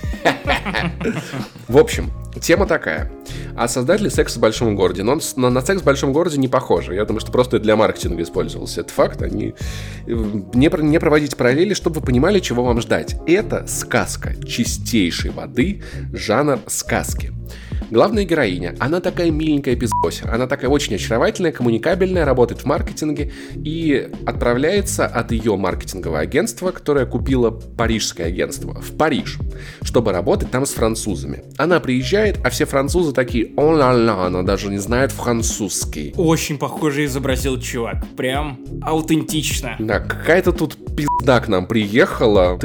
В общем, тема такая. А создатели «Секса в большом городе», но на «Секс в большом городе» не похоже. Я думаю, что просто для маркетинга использовался этот факт. Они не проводите параллели, чтобы вы понимали, чего вам ждать. Это сказка чистейшей воды, жанр сказки. Главная героиня, она такая миленькая пиздося, она такая очень очаровательная, коммуникабельная, работает в маркетинге и отправляется от ее маркетингового агентства, которое купило парижское агентство, в Париж, чтобы работать там с французами. Она приезжает, а все французы такие, о-ла-ла, она даже не знает французский. Очень похоже изобразил чувак, прям аутентично. Да, какая-то тут пизда к нам приехала, ты нам нахуй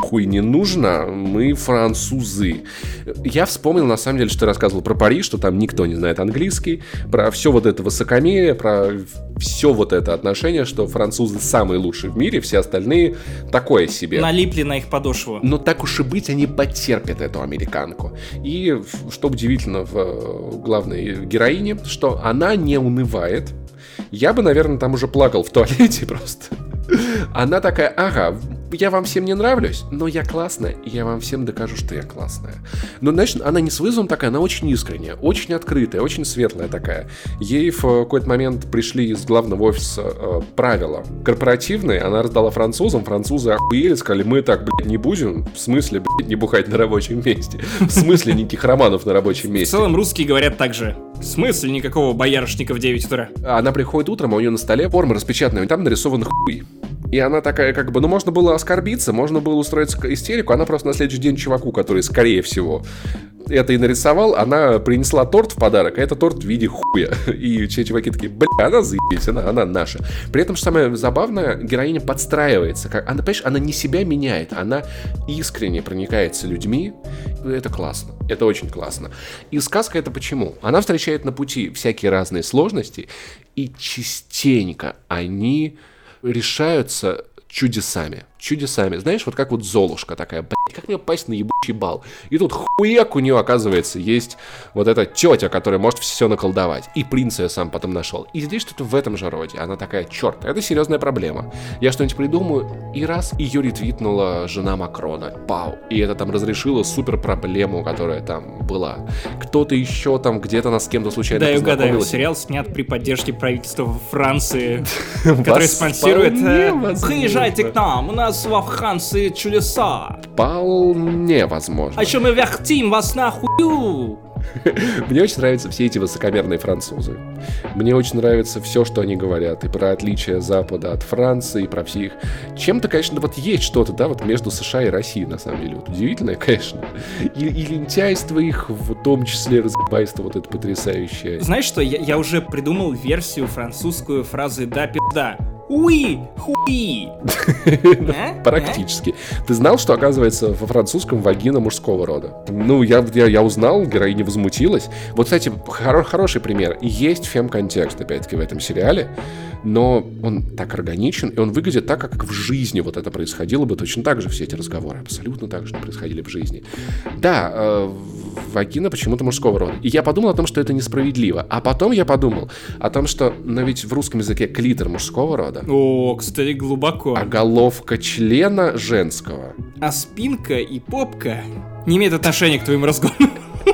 нахуй не нужно, мы французы. Я вспомнил, на самом деле, что ты рассказывал про Париж, что там никто не знает английский, про все вот это высокомерие, про все вот это отношение, что французы самые лучшие в мире, все остальные такое себе. Налипли на их подошву. Но так уж и быть, они потерпят эту американку. И что удивительно в главной героине, что она не унывает. Я бы, наверное, там уже плакал в туалете просто. Она такая: ага, я вам всем не нравлюсь, но я классная, и я вам всем докажу, что я классная. Но, знаешь, она не с вызовом такая, она очень искренняя, очень открытая, очень светлая такая. Ей в какой-то момент пришли из главного офиса правила корпоративные, она раздала французам, французы охуели, сказали: мы так, блядь, не будем, в смысле, блядь, не бухать на рабочем месте, в смысле никаких романов на рабочем месте. В целом русские говорят так же. В смысле никакого боярышника в 9 утра? Она приходит утром, а у нее на столе форма распечатанная, и там нарисован хуй. И она такая, как бы, ну, можно было оскорбиться, можно было устроить истерику. Она просто на следующий день чуваку, который, скорее всего, это и нарисовал, она принесла торт в подарок, а это торт в виде хуя. И чуваки такие: бля, она заебись, она наша. При этом, что самое забавное, героиня подстраивается. Она, понимаешь, она не себя меняет, она искренне проникается людьми. Это классно, это очень классно. И сказка это почему? Она встречает на пути всякие разные сложности, и частенько они решаются чудесами. Чудесами. Знаешь, вот как вот Золушка такая: блядь, как мне попасть на ебучий бал? И тут хуяк у нее, оказывается, есть вот эта тетя, которая может все наколдовать. И принца я сам потом нашел. И здесь что-то в этом же роде. Она такая: черт, это серьезная проблема. Я что-нибудь придумаю, и раз ее ретвитнула жена Макрона. Пау. И это там разрешило супер проблему, которая там была. Кто-то еще там где-то с кем-то случайно познакомился. Да, я угадаю, сериал снят при поддержке правительства Франции, который спонсирует «Приезжайте к нам, у нас во Франции чудеса». Вполне возможно. А еще мы вертим вас нахую. Мне очень нравятся все эти высокомерные французы. Мне очень нравится все, что они говорят. И про отличия Запада от Франции, и про всех. Чем-то, конечно, вот есть что-то, да, вот между США и Россией, на самом деле. Вот удивительное, конечно. И лентяйство их, в том числе разъебайство вот это потрясающее. Знаешь что, я уже придумал версию французскую фразы «да, пизда». Уи, хуи. Практически. Ты знал, что, оказывается, во французском вагина мужского рода? Ну, я узнал, героиня возмутилась. Вот, кстати, хороший пример. Есть фем-контекст, опять-таки, в этом сериале, но он так органичен, и он выглядит так, как в жизни вот это происходило бы. Точно так же все эти разговоры абсолютно так же происходили в жизни. Да, вагина почему-то мужского рода. И я подумал о том, что это несправедливо. А потом я подумал о том, что, но ведь в русском языке клитор мужского рода. О, кстати, глубоко. А головка члена женского. А спинка и попка не имеют отношения к твоим разговорам.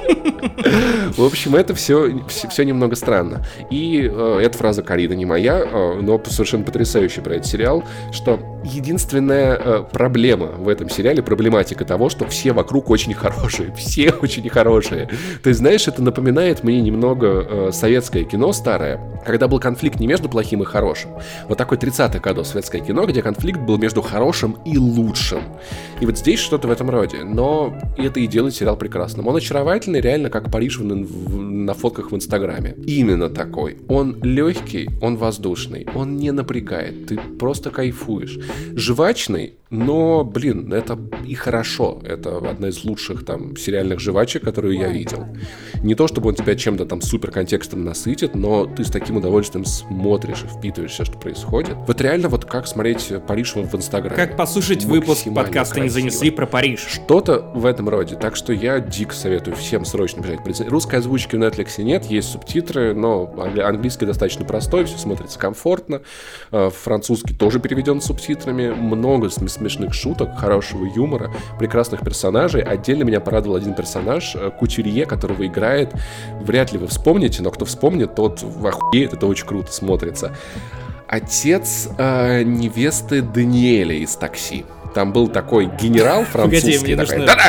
В общем, это все немного странно. И эта фраза Карина не моя, но совершенно потрясающая про этот сериал, что единственная проблема в этом сериале, проблематика того, что все вокруг очень хорошие. Все очень хорошие. Ты знаешь, это напоминает мне немного советское кино старое, когда был конфликт не между плохим и хорошим. Вот такой 30-х годов советское кино, где конфликт был между хорошим и лучшим. И вот здесь что-то в этом роде. Но это и делает сериал прекрасным. Он очаровательный, реально как Париж на фотках в Инстаграме. Именно такой. Он легкий, он воздушный, он не напрягает. Ты просто кайфуешь. Жвачный, но, блин, это и хорошо. Это одна из лучших там сериальных жвачек, которую я видел. Не то, чтобы он тебя чем-то там супер контекстом насытит, но ты с таким удовольствием смотришь и впитываешь все, что происходит. Вот реально вот как смотреть Париж в Инстаграме. Как послушать выпуск подкаста «Не занесли» про Париж. Что-то в этом роде. Так что я дико советую всем срочно бежать. Русской озвучки в Netflix нет, есть субтитры, но английский достаточно простой, все смотрится комфортно. Французский тоже переведен с субтитрами. Много смешных шуток, хорошего юмора, прекрасных персонажей. Отдельно меня порадовал один персонаж, Кутюрье, которого играет. Вряд ли вы вспомните, но кто вспомнит, тот охуеет, это очень круто смотрится. Отец невесты Даниэля из «Такси». Там был такой генерал французский. Погоди, мне такой, нужно... да-да!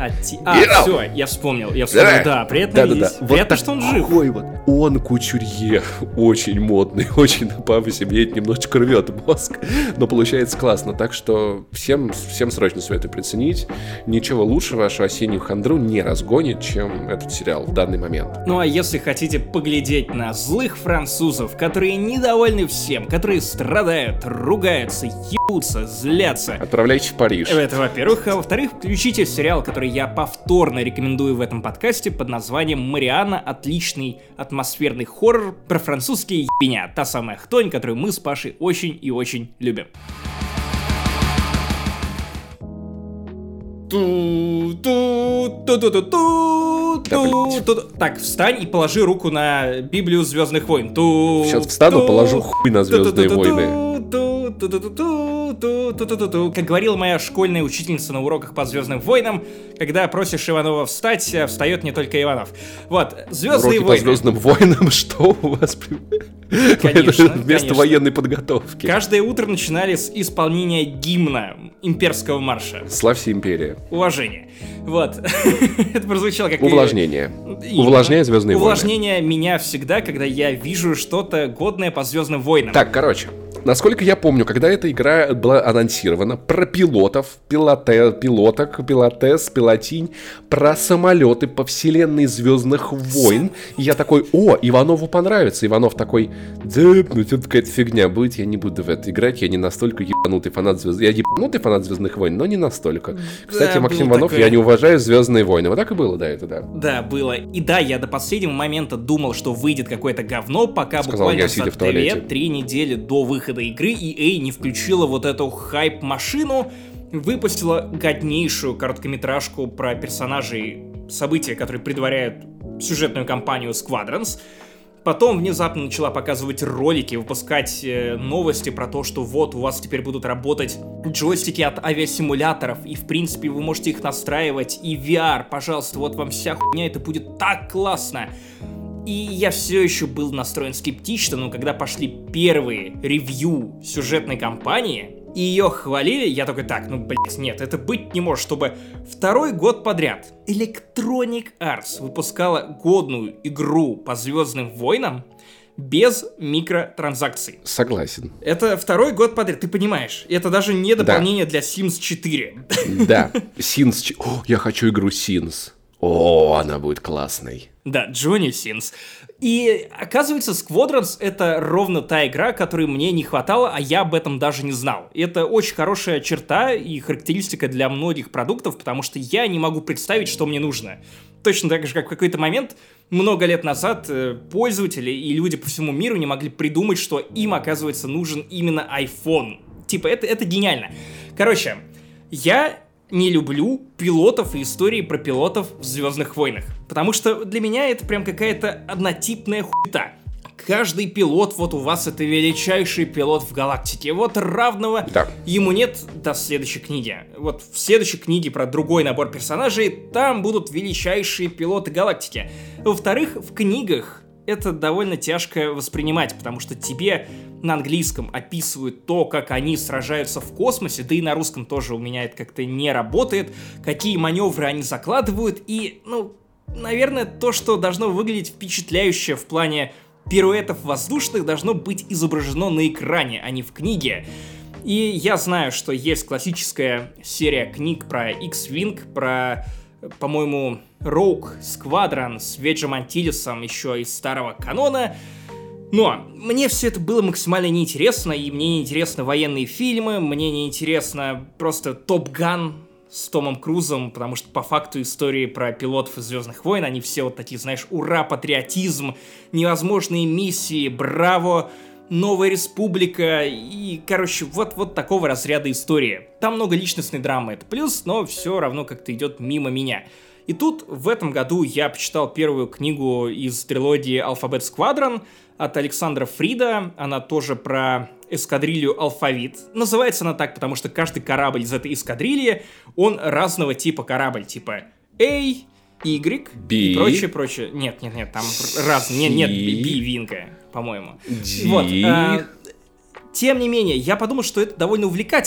Все, я вспомнил, да, приятно видеть. Приятно, что он жив. Вот. Он кутюрье, очень модный, очень на пафосе, мне это немножечко рвет мозг, но получается классно, так что всем срочно советую приценить. Ничего лучше вашу осеннюю хандру не разгонит, чем этот сериал в данный момент. Ну а если хотите поглядеть на злых французов, которые недовольны всем, которые страдают, ругаются, ебутся, злятся, отправляйтесь в Париж. Это во-первых, а во-вторых, включите сериал, который я повторно рекомендую в этом подкасте под названием «Марианна». Отличный атмосферный хоррор про французские ебеня. Та самая хтонь, которую мы с Пашей очень и очень любим. Так, встань и положи руку на Библию Звездных войн. Сейчас встану, положу хуй на Звездные войны. Как говорила моя школьная учительница на уроках по Звездным войнам, когда просишь Иванова встать, встает не только Иванов. Вот, Звездные уроки войны. по Звездным войнам, что у вас? Конечно, вместо военной подготовки. Каждое утро начинали с исполнения гимна имперского марша. Славься, империя. Уважение. Вот. Это прозвучало как... Увлажнение. Увлажняя Звездные войны. Увлажнение меня всегда, когда я вижу что-то годное по Звездным войнам. Так, короче. Насколько я помню, когда эта игра была анонсирована, про пилотов, пилоток, пилотес, пилотинь, про самолеты по вселенной Звездных войн, я такой, Иванову понравится. Иванов такой, да, ну тут какая-то фигня будет, я не буду в это играть, я не настолько ебанутый фанат Звездных. Я ебанутый фанат Звездных войн, но не настолько. Кстати, Максим Иванов, такое... я не уважаю Звездные войны. Вот так и было, да, это да. Да, было. И да, я до последнего момента думал, что выйдет какое-то говно, пока сказал, буквально за 2-3 недели до выхода игры EA не включила вот эту хайп-машину, выпустила годнейшую короткометражку про персонажей, события, которые предваряют сюжетную кампанию Squadrons. Потом внезапно начала показывать ролики, выпускать новости про то, что вот у вас теперь будут работать джойстики от авиасимуляторов, и в принципе вы можете их настраивать, и VR, пожалуйста, вот вам вся хуйня, это будет так классно. И я все еще был настроен скептично, но когда пошли первые ревью сюжетной кампании, и ее хвалили, я такой, так, нет, это быть не может, чтобы второй год подряд Electronic Arts выпускала годную игру по Звездным войнам без микротранзакций. Согласен. Это второй год подряд, ты понимаешь, это даже не дополнение для Sims 4. Да, Sims 4, я хочу игру Sims. Она будет классной. Да, Джонни Синс. И оказывается, Squadrons — это ровно та игра, которой мне не хватало, а я об этом даже не знал. И это очень хорошая черта и характеристика для многих продуктов, потому что я не могу представить, что мне нужно. Точно так же, как в какой-то момент, много лет назад, пользователи и люди по всему миру не могли придумать, что им, оказывается, нужен именно iPhone. Типа, это гениально. Короче, я не люблю пилотов и истории про пилотов в Звездных войнах. Потому что для меня это прям какая-то однотипная хуета. Каждый пилот, вот у вас это величайший пилот в галактике. Вот равного ему нет до следующей книги. Вот в следующей книге про другой набор персонажей, там будут величайшие пилоты галактики. Во-вторых, в книгах это довольно тяжко воспринимать, потому что тебе на английском описывают то, как они сражаются в космосе, да и на русском тоже у меня это как-то не работает, какие маневры они закладывают, и, наверное, то, что должно выглядеть впечатляюще в плане пируэтов воздушных, должно быть изображено на экране, а не в книге. И я знаю, что есть классическая серия книг про X-Wing, про, по-моему, Rogue Squadron с Веджем Антилесом еще из старого канона. Но мне все это было максимально неинтересно, и мне неинтересны военные фильмы, мне неинтересно просто Топ Ган с Томом Крузом, потому что по факту истории про пилотов из Звездных войн, они все вот такие, знаешь, ура, патриотизм, невозможные миссии, браво, Новая Республика и, короче, вот такого разряда истории. Там много личностной драмы, это плюс, но все равно как-то идет мимо меня. И тут в этом году я почитал первую книгу из трилогии Alphabet Squadron от Александра Фрида. Она тоже про эскадрилью Алфавит. Называется она так, потому что каждый корабль из этой эскадрильи, он разного типа корабль, типа A, Y B. и прочее. Нет, там разные. Нет, B Винка, по-моему. G. Вот. Тем не менее, я подумал, что это довольно увлекательно.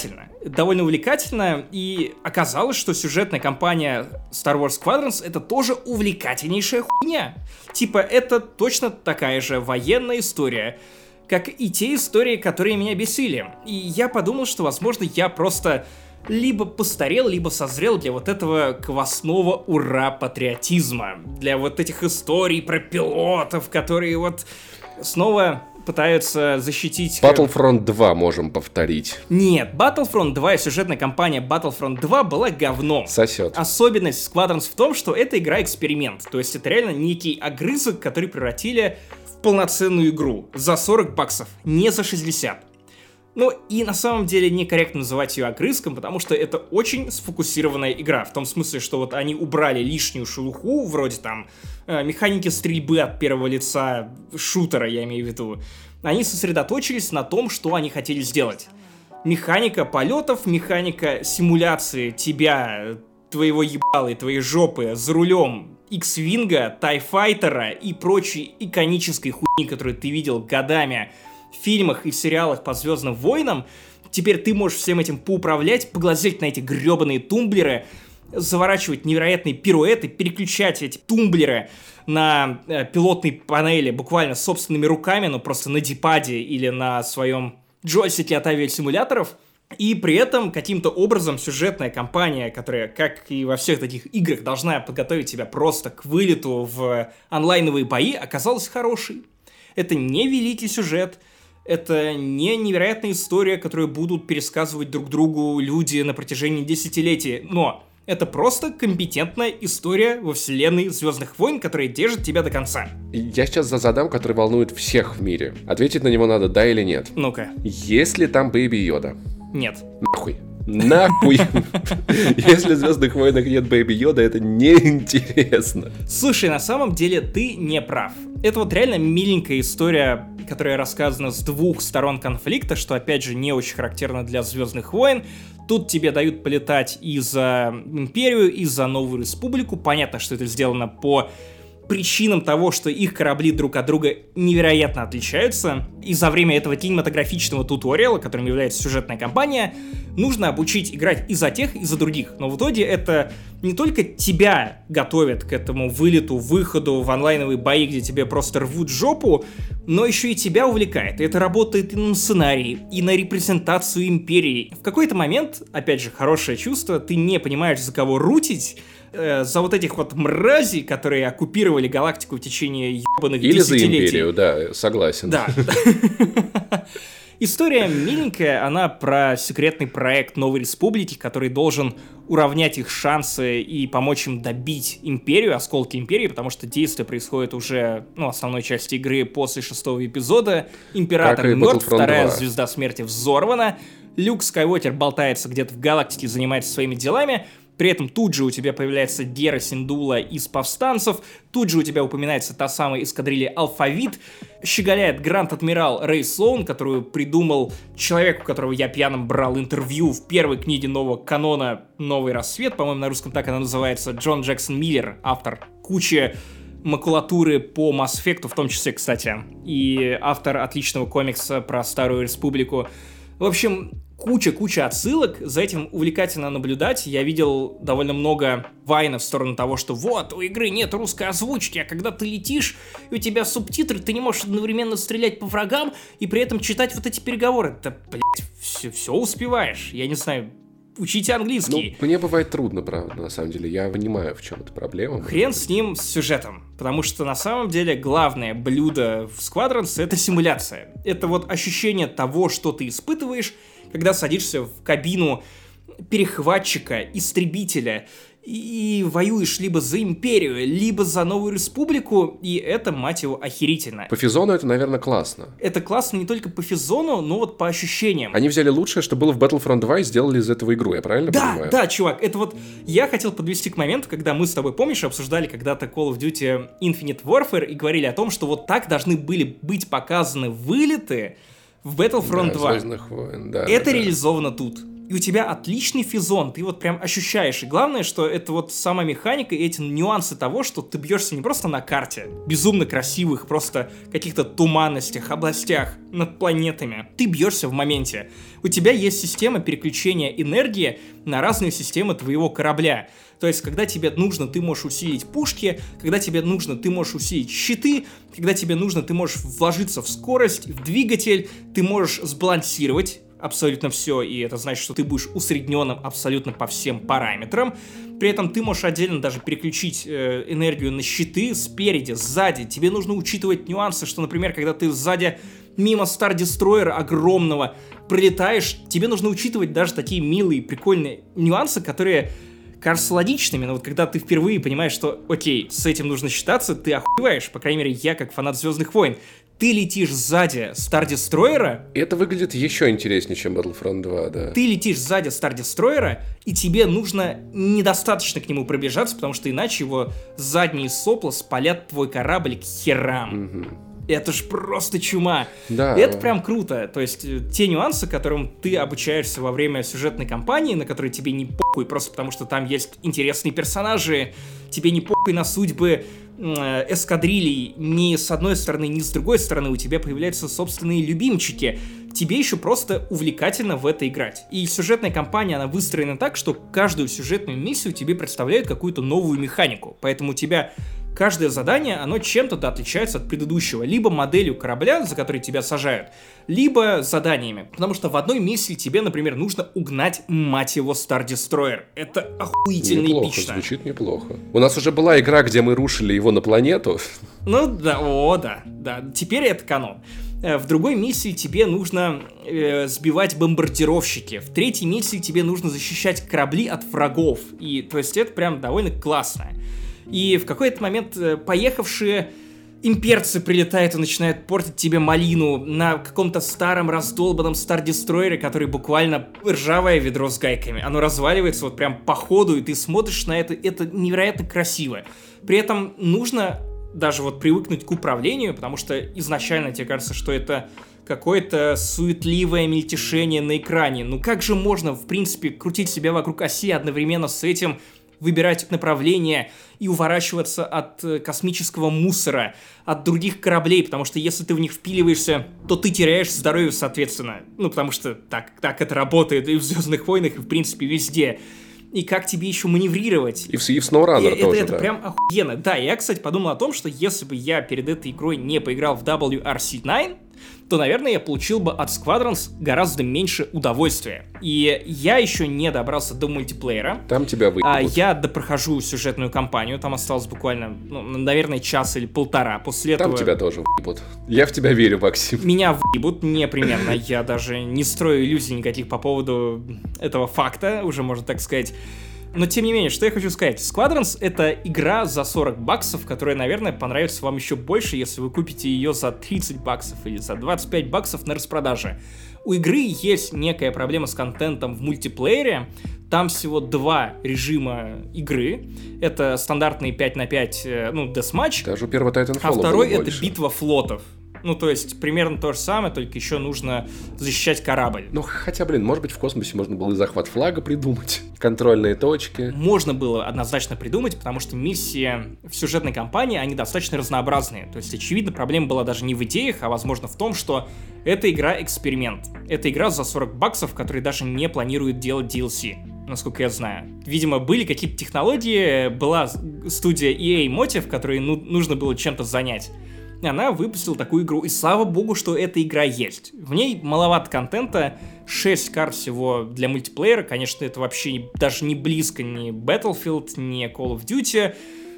довольно увлекательно, и оказалось, что сюжетная кампания Star Wars Squadrons — это тоже увлекательнейшая хуйня. Типа, это точно такая же военная история, как и те истории, которые меня бесили. И я подумал, что, возможно, я просто либо постарел, либо созрел для вот этого квасного ура-патриотизма. Для вот этих историй про пилотов, которые вот снова пытаются защитить... Battlefront 2 можем повторить. Нет, Battlefront 2 и сюжетная кампания Battlefront 2 была говном. Сосет. Особенность Squadrons в том, что это игра-эксперимент. То есть это реально некий огрызок, который превратили в полноценную игру за $40, не за 60. Ну и на самом деле некорректно называть ее огрызком, потому что это очень сфокусированная игра. В том смысле, что вот они убрали лишнюю шелуху, вроде там механики стрельбы от первого лица, шутера, я имею в виду. Они сосредоточились на том, что они хотели сделать. Механика полетов, механика симуляции тебя, твоего ебала и твоей жопы за рулем X-Wing, Тайфайтера и прочей иконической хуйни, которую ты видел годами в фильмах и сериалах по Звездным войнам. Теперь ты можешь всем этим поуправлять, поглазеть на эти гребаные тумблеры, заворачивать невероятные пируэты, переключать эти тумблеры на пилотной панели буквально собственными руками, ну просто на дипаде или на своем джойстике от авиасимуляторов. И при этом каким-то образом сюжетная кампания, которая, как и во всех таких играх, должна подготовить тебя просто к вылету в онлайновые бои, оказалась хорошей. Это не великий сюжет, это не невероятная история, которую будут пересказывать друг другу люди на протяжении десятилетий, но это просто компетентная история во вселенной Звездных войн, которая держит тебя до конца. Я сейчас задам, который волнует всех в мире. Ответить на него надо, да или нет. Ну-ка. Есть ли там Бэйби Йода? Нет. Нахуй. Нахуй. Если в «Звездных войнах» нет Бэйби Йода, это неинтересно. Слушай, на самом деле ты не прав. Это вот реально миленькая история, которая рассказана с двух сторон конфликта, что, опять же, не очень характерно для «Звездных войн». Тут тебе дают полетать и за Империю, и за Новую Республику. Понятно, что это сделано по причинам того, что их корабли друг от друга невероятно отличаются. И за время этого кинематографичного туториала, которым является сюжетная кампания, нужно обучить играть и за тех, и за других. Но в итоге это не только тебя готовят к этому вылету, выходу в онлайновые бои, где тебе просто рвут жопу, но еще и тебя увлекает. И это работает и на сценарии, и на репрезентацию Империи. В какой-то момент, опять же, хорошее чувство, ты не понимаешь, за кого рутить, за вот этих вот мразей, которые оккупировали галактику в течение ебаных десятилетий. Или за Империю, да, согласен. Да. История миленькая, она про секретный проект Новой Республики, который должен уравнять их шансы и помочь им добить Империю, осколки Империи, потому что действие происходит уже, основной части игры после 6-го эпизода. Император мертв, вторая звезда смерти взорвана, Люк Скайуокер болтается где-то в галактике, занимается своими делами. При этом тут же у тебя появляется Гера Синдула из повстанцев, тут же у тебя упоминается та самая эскадрилья Алфавит, щеголяет Гранд-адмирал Рэй Слоун, которую придумал человек, у которого я пьяным брал интервью в первой книге нового канона «Новый рассвет», по-моему, на русском так она называется, Джон Джексон Миллер, автор кучи макулатуры по Mass Effect, в том числе, кстати, и автор отличного комикса про Старую Республику. В общем, куча отсылок, за этим увлекательно наблюдать. Я видел довольно много вайнов в сторону того, что вот, у игры нет русской озвучки, а когда ты летишь, и у тебя субтитры, ты не можешь одновременно стрелять по врагам и при этом читать вот эти переговоры. Да, блядь, все успеваешь. Я не знаю, учите английский. Мне бывает трудно, правда, на самом деле. Я понимаю, в чем эта проблема. Хрен с ним, с сюжетом. Потому что на самом деле главное блюдо в Squadrons — это симуляция. Это вот ощущение того, что ты испытываешь, когда садишься в кабину перехватчика, истребителя и воюешь либо за Империю, либо за Новую Республику, и это, мать его, охерительно. По физону это, наверное, классно. Это классно не только по физону, но вот по ощущениям. Они взяли лучшее, что было в Battlefront 2 и сделали из этого игру, я правильно понимаю? Да, чувак, это вот я хотел подвести к моменту, когда мы с тобой, помнишь, обсуждали когда-то Call of Duty Infinite Warfare и говорили о том, что вот так должны были быть показаны вылеты в Battlefront 2. Звездных войн, да. Это реализовано тут. и у тебя отличный физон, ты вот прям ощущаешь. И главное, что это вот сама механика и эти нюансы того, что ты бьешься не просто на карте, безумно красивых, просто каких-то туманностях, областях, над планетами. Ты бьешься в моменте. У тебя есть система переключения энергии на разные системы твоего корабля. То есть, когда тебе нужно, ты можешь усилить пушки, когда тебе нужно, ты можешь усилить щиты, когда тебе нужно, ты можешь вложиться в скорость, в двигатель, ты можешь сбалансировать абсолютно все, и это значит, что ты будешь усредненным абсолютно по всем параметрам. При этом ты можешь отдельно даже переключить энергию на щиты спереди, сзади. Тебе нужно учитывать нюансы, что, например, когда ты сзади мимо Star Destroyer огромного пролетаешь, тебе нужно учитывать даже такие милые, прикольные нюансы, которые кажутся логичными, но вот когда ты впервые понимаешь, что окей, с этим нужно считаться, ты охуеваешь, по крайней мере, я как фанат Звездных войн. Ты летишь сзади Star Destroyer. Это выглядит еще интереснее, чем Battlefront 2, да. Ты летишь сзади Star Destroyer, и тебе нужно недостаточно к нему пробежаться, потому что иначе его задние сопла спалят твой корабль к херам. Угу. Это ж просто чума. Да. Это прям круто. То есть те нюансы, которым ты обучаешься во время сюжетной кампании, на которые тебе не похуй, просто потому что там есть интересные персонажи, тебе не похуй на судьбы эскадрилей ни с одной стороны, ни с другой стороны, у тебя появляются собственные любимчики. Тебе еще просто увлекательно в это играть. И сюжетная кампания, она выстроена так, что каждую сюжетную миссию тебе представляет какую-то новую механику. Поэтому у тебя каждое задание, оно чем-то отличается от предыдущего. Либо моделью корабля, за который тебя сажают, либо заданиями. Потому что в одной миссии тебе, например, нужно угнать, мать его, Star Destroyer. Это охуительно эпично. Звучит неплохо. У нас уже была игра, где мы рушили его на планету. Ну да, да. Теперь это канон. В другой миссии тебе нужно сбивать бомбардировщики. В третьей миссии тебе нужно защищать корабли от врагов. И, то есть, это прям довольно классно. И в какой-то момент поехавшие имперцы прилетают и начинают портить тебе малину на каком-то старом раздолбанном Star Destroyer, который буквально ржавое ведро с гайками. Оно разваливается вот прям по ходу, и ты смотришь на это невероятно красиво. При этом нужно даже вот привыкнуть к управлению, потому что изначально тебе кажется, что это какое-то суетливое мельтешение на экране. Ну как же можно, в принципе, крутить себя вокруг оси одновременно с этим, выбирать направление и уворачиваться от космического мусора, от других кораблей, потому что если ты в них впиливаешься, то ты теряешь здоровье, соответственно. Ну, потому что так это работает и в «Звездных войнах», и, в принципе, везде. И как тебе еще маневрировать. И в SnowRunner тоже, это прям охуенно. Да, я, кстати, подумал о том, что если бы я перед этой игрой не поиграл в WRC9, то, наверное, я получил бы от Squadrons гораздо меньше удовольствия. И я еще не добрался до мультиплеера. Там тебя выебут. Я допрохожу сюжетную кампанию, там осталось буквально, наверное, час или полтора. После этого... Там тебя тоже выебут. Я в тебя верю, Максим. Меня выебут непременно. Я даже не строю иллюзий никаких по поводу этого факта, уже можно так сказать. Но, тем не менее, что я хочу сказать. Squadrons — это игра за $40, которая, наверное, понравится вам еще больше, если вы купите ее за $30 или за $25 на распродаже. У игры есть некая проблема с контентом в мультиплеере. Там всего 2 режима игры. Это стандартный 5 на 5, десматч. Даже у первого Titanfall а второй — это больше. битва флотов. Ну, то есть, примерно то же самое, только еще нужно защищать корабль. Ну, хотя, может быть, в космосе можно было и захват флага придумать, контрольные точки. Можно было однозначно придумать, потому что миссии в сюжетной кампании, они достаточно разнообразные. То есть, очевидно, проблема была даже не в идеях, а, возможно, в том, что эта игра-эксперимент. Это игра за $40, которая даже не планирует делать DLC, насколько я знаю. Видимо, были какие-то технологии, была студия EA Motive, которой нужно было чем-то занять. Она выпустила такую игру, и слава богу, что эта игра есть. В ней маловато контента, 6 карт всего для мультиплеера, конечно, это вообще даже не близко ни Battlefield, ни Call of Duty,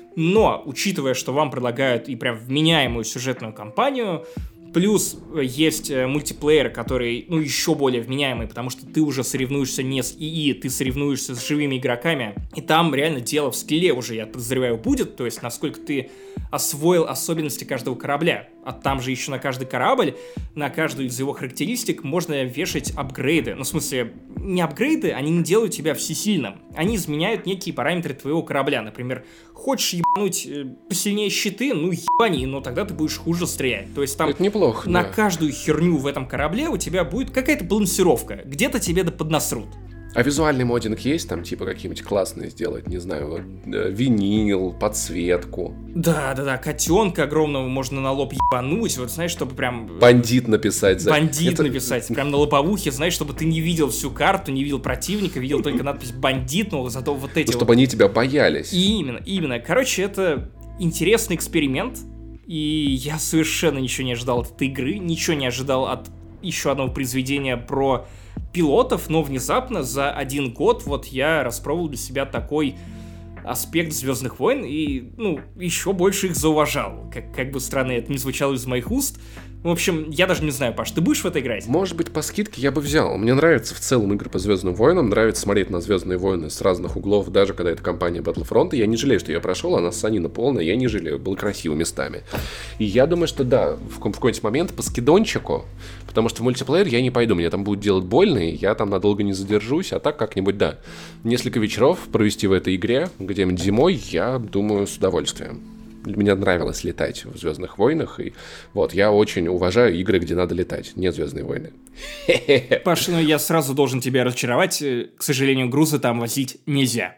но, учитывая, что вам предлагают и прям вменяемую сюжетную кампанию, плюс есть мультиплеер, который, еще более вменяемый, потому что ты уже соревнуешься не с ИИ, ты соревнуешься с живыми игроками, и там реально дело в скилле уже, я подозреваю, будет, то есть насколько ты освоил особенности каждого корабля. А там же еще на каждый корабль, на каждую из его характеристик можно вешать апгрейды. Ну, в смысле, не апгрейды, они не делают тебя всесильным. Они изменяют некие параметры твоего корабля. Например, хочешь ебануть посильнее щиты, ебани, но тогда ты будешь хуже стрелять. То есть там это неплохо, на каждую херню в этом корабле у тебя будет какая-то балансировка. Где-то тебе да поднасрут. А визуальный моддинг есть? Там типа какие-нибудь классные сделать, не знаю, винил, подсветку. Да, котенка огромного можно на лоб ебануть, вот знаешь, чтобы прям... Бандит написать. Написать, прям на лобовухе, знаешь, чтобы ты не видел всю карту, не видел противника, видел только надпись «бандит», но зато вот эти чтобы они тебя боялись. Именно. Короче, это интересный эксперимент, и я совершенно ничего не ожидал от этой игры, ничего не ожидал от еще одного произведения про пилотов, но внезапно за 1 год вот я распробовал для себя такой аспект «Звездных войн» и, еще больше их зауважал. Как бы странно это ни звучало из моих уст. В общем, я даже не знаю, Паш, ты будешь в это играть? Может быть, по скидке я бы взял. Мне нравятся в целом игры по Звездным войнам, нравится смотреть на Звездные войны с разных углов, даже когда это компания Battlefront. Я не жалею, что я прошел, она ссанина полная, я не жалею, было красиво местами. И я думаю, что да, в какой-нибудь момент по скидончику, потому что в мультиплеер я не пойду, мне там будет делать больно, и я там надолго не задержусь, а так как-нибудь, да. Несколько вечеров провести в этой игре, где-нибудь зимой, я думаю, с удовольствием. Мне нравилось летать в «Звездных войнах», и вот, я очень уважаю игры, где надо летать, не «Звездные войны». Паш, я сразу должен тебя разочаровать, к сожалению, грузы там возить нельзя.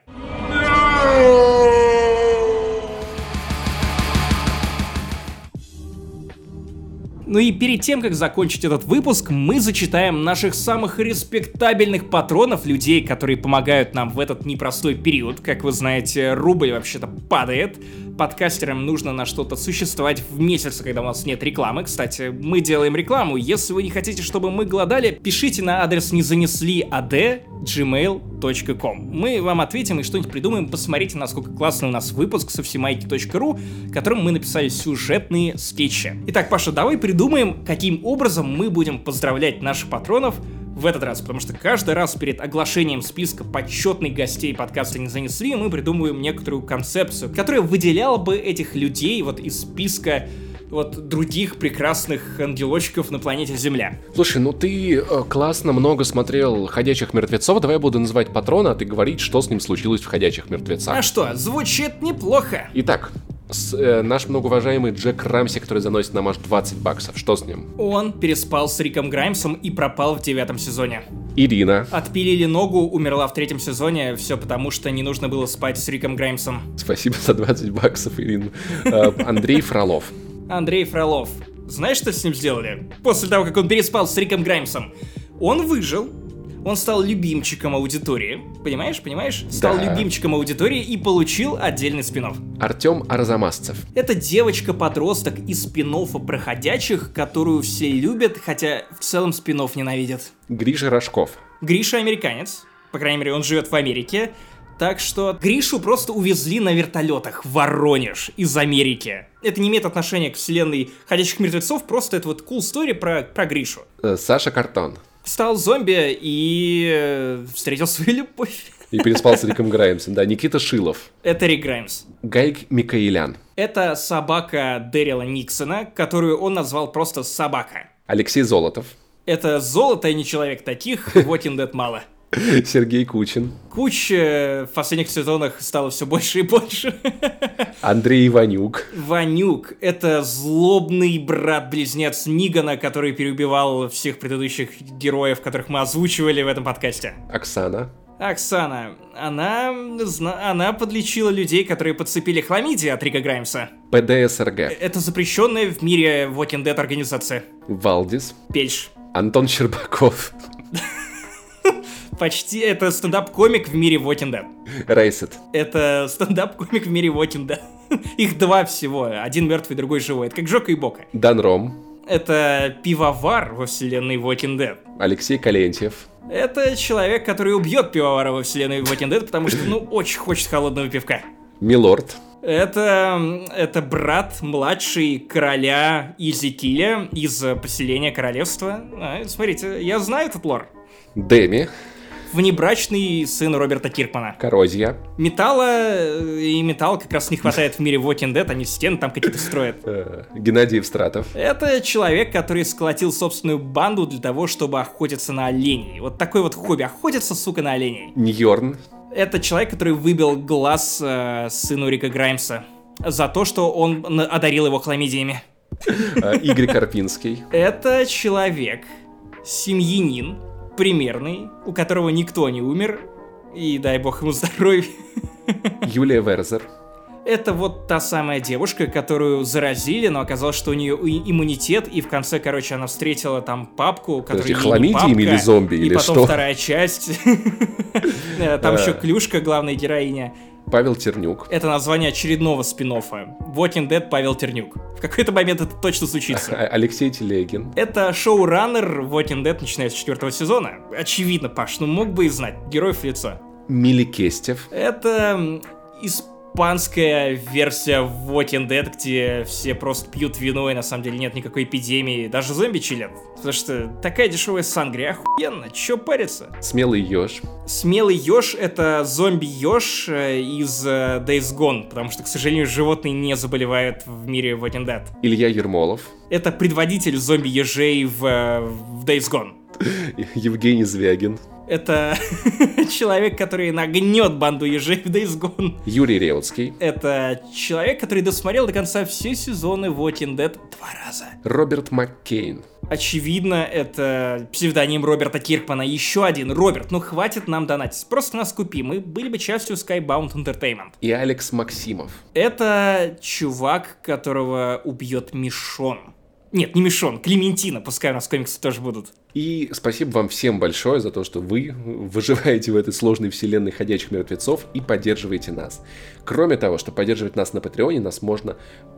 И перед тем, как закончить этот выпуск, мы зачитаем наших самых респектабельных патронов, людей, которые помогают нам в этот непростой период. Как вы знаете, рубль вообще-то падает. Подкастерам нужно на что-то существовать в месяц, когда у нас нет рекламы. Кстати, мы делаем рекламу. Если вы не хотите, чтобы мы голодали, пишите на адрес nезанесли@gmail.com. Мы вам ответим и что-нибудь придумаем. Посмотрите, насколько классный у нас выпуск со всемайки.ру, в котором мы написали сюжетные скетчи. Итак, Паша, давай придумаем, каким образом мы будем поздравлять наших патронов в этот раз, потому что каждый раз перед оглашением списка почетных гостей подкаста «Не занесли» мы придумываем некоторую концепцию, которая выделяла бы этих людей вот из списка вот других прекрасных ангелочков на планете Земля. Слушай, ты классно много смотрел «Ходячих мертвецов», давай я буду называть патрона, а ты говорить, что с ним случилось в «Ходячих мертвецах». А что, звучит неплохо. Итак, наш многоуважаемый Джек Рамси, который заносит нам аж $20. Что с ним? Он переспал с Риком Граймсом и пропал в 9 сезоне. Ирина. Отпилили ногу, умерла в 3 сезоне, все потому, что не нужно было спать с Риком Граймсом. Спасибо за $20, Ирина. Андрей Фролов. Андрей Фролов. Знаешь, что с ним сделали? После того, как он переспал с Риком Граймсом, он выжил. Он стал любимчиком аудитории. Понимаешь? Стал любимчиком аудитории и получил отдельный спин-офф. Артем Арзамасцев. Это девочка-подросток из спин-оффа про ходячих, которую все любят, хотя в целом спин-офф ненавидят. Гриша Рожков. Гриша американец. По крайней мере, он живет в Америке. Так что Гришу просто увезли на вертолетах в Воронеж из Америки. Это не имеет отношения к вселенной «Ходячих мертвецов», просто это вот cool story про Гришу. Саша Картон. Стал зомби и встретил свою любовь. И переспал с Риком Граймсом, да. Никита Шилов. Это Рик Граймс. Гайк Микаэлян. Это собака Дэрила Никсона, которую он назвал просто «собака». Алексей Золотов. Это золото, и не человек таких, Walking Dead мало. Сергей Кучин. Куч в последних сезонах стало все больше и больше. Андрей Ванюк. Ванюк — это злобный брат-близнец Нигана, который переубивал всех предыдущих героев, которых мы озвучивали в этом подкасте. Оксана. Она подлечила людей, которые подцепили хламидию от Рика Граймса. ПДСРГ. Это запрещенная в мире Walking Dead организация. Валдис. Пельш. Антон Щербаков. Почти это стендап-комик в мире Walking Dead. Рейсет. Это стендап-комик в мире Walking Dead. Их 2 всего. Один мертвый, другой живой. Это как Жока и Бока. Дан Ром. Это пивовар во вселенной Walking Dead. Алексей Калентьев. Это человек, который убьет пивовара во вселенной Walking Dead, потому что, очень хочет холодного пивка. Милорд. Это брат младший короля Изикиля из поселения королевства. Смотрите, я знаю этот лор. Дэми. Внебрачный сын Роберта Киркмана. Коррозия. Металла как раз не хватает в мире Walking Dead, они стены там какие-то строят. Геннадий Евстратов. Это человек, который сколотил собственную банду для того, чтобы охотиться на оленей. Вот такое вот хобби, охотиться, сука, на оленей. Ньорн. Это человек, который выбил глаз сыну Рика Граймса за то, что он одарил его хламидиями. Игорь Карпинский. Это человек, семьянин, примерный, у которого никто не умер, и дай бог ему здоровья. Юлия Верзер. Это вот та самая девушка, которую заразили, но оказалось, что у нее иммунитет, и в конце, короче, она встретила там папку, который хламидием или зомби, или что? И потом вторая часть. Там еще Клюшка, главная героиня. Павел Тернюк. Это название очередного спин-оффа. Walking Dead Павел Тернюк. В какой-то момент это точно случится. Алексей Телегин. Это шоураннер Walking Dead, начиная с 4 сезона. Очевидно, Паш, мог бы и знать. Героев в лицо. Мили Кестев. Это испанская версия Walking Dead, где все просто пьют вино, и на самом деле нет никакой эпидемии. Даже зомби чилят. Потому что такая дешевая сангрия, охуенно, чё париться? Смелый еж. Смелый еж — это зомби-еж из Days Gone, потому что, к сожалению, животные не заболевают в мире Walking Dead. Илья Ермолов. Это предводитель зомби-ежей в Days Gone. Евгений Звягин. Это человек, который нагнет банду ежей в Days Gone. Юрий Реутский. Это человек, который досмотрел до конца все сезоны Walking Dead 2 раза. Роберт Маккейн. Очевидно, это псевдоним Роберта Киркмана. Еще один. Роберт, хватит нам донатить. Просто нас купи. Мы были бы частью Skybound Entertainment. И Алекс Максимов. Это чувак, которого убьет Мишон. Нет, не Мишон, Клементина, пускай у нас комиксы тоже будут. И спасибо вам всем большое за то, что вы выживаете в этой сложной вселенной ходячих мертвецов и поддерживаете нас. Кроме того, что поддерживать нас на Патреоне, нас можно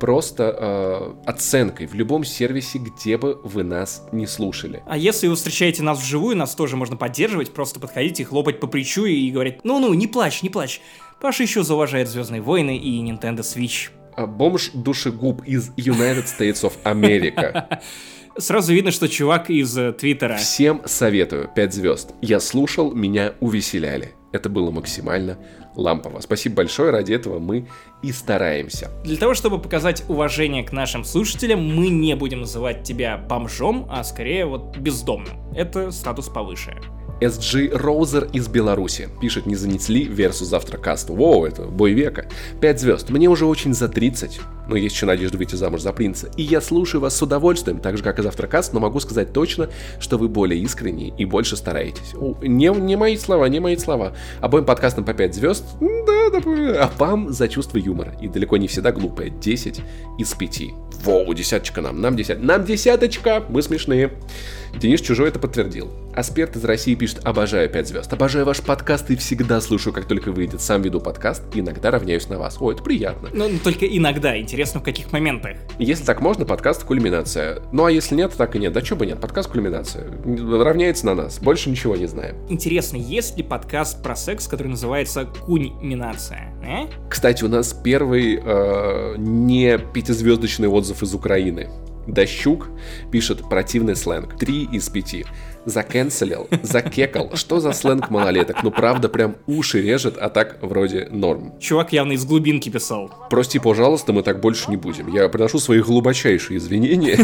просто оценкой в любом сервисе, где бы вы нас не слушали. А если вы встречаете нас вживую, нас тоже можно поддерживать, просто подходите, хлопать по плечу и говорить: ну, не плачь, не плачь. Паша еще зауважает Звездные войны и Nintendo Switch. Бомж-душегуб из United States of America. Сразу видно, что чувак из Твиттера. Всем советую, 5 звезд. Я слушал, меня увеселяли. Это было максимально лампово. Спасибо большое, ради этого мы и стараемся. Для того, чтобы показать уважение к нашим слушателям, мы не будем называть тебя бомжом, а скорее бездомным. Это статус повыше. SG Роузер из Беларуси пишет: не занесли версу завтракасту. Воу, это бой века. 5 звезд. Мне уже очень за 30, но есть еще надежда выйти замуж за принца. И я слушаю вас с удовольствием, так же как и завтракаст, но могу сказать точно, что вы более искренние и больше стараетесь. Не мои слова, не мои слова. Обоим подкастам по 5 звезд. Да, а вам за чувство юмора. И далеко не всегда глупое. 10 из 5. Воу, десяточка нам. Нам десяточка. Мы смешные. Денис Чужой это подтвердил. Асперт из России пишет: обожаю 5 звезд. Обожаю ваш подкаст и всегда слушаю, как только выйдет. Сам веду подкаст и иногда равняюсь на вас. О, это приятно. Но только иногда. Интересно, в каких моментах. Если так можно, подкаст кульминация. Ну а если нет, так и нет. Да чё бы нет, подкаст кульминация. Равняется на нас. Больше ничего не знаем. Интересно, есть ли подкаст про секс, который называется Куньминация? Кстати, у нас первый не 5-звездочный отзыв из Украины. Дощук пишет: противный сленг. 3 из 5. Закэнселил, закекал. Что за сленг малолеток? Правда, прям уши режет, а так вроде норм. Чувак явно из глубинки писал. Прости, пожалуйста, мы так больше не будем. Я приношу свои глубочайшие извинения.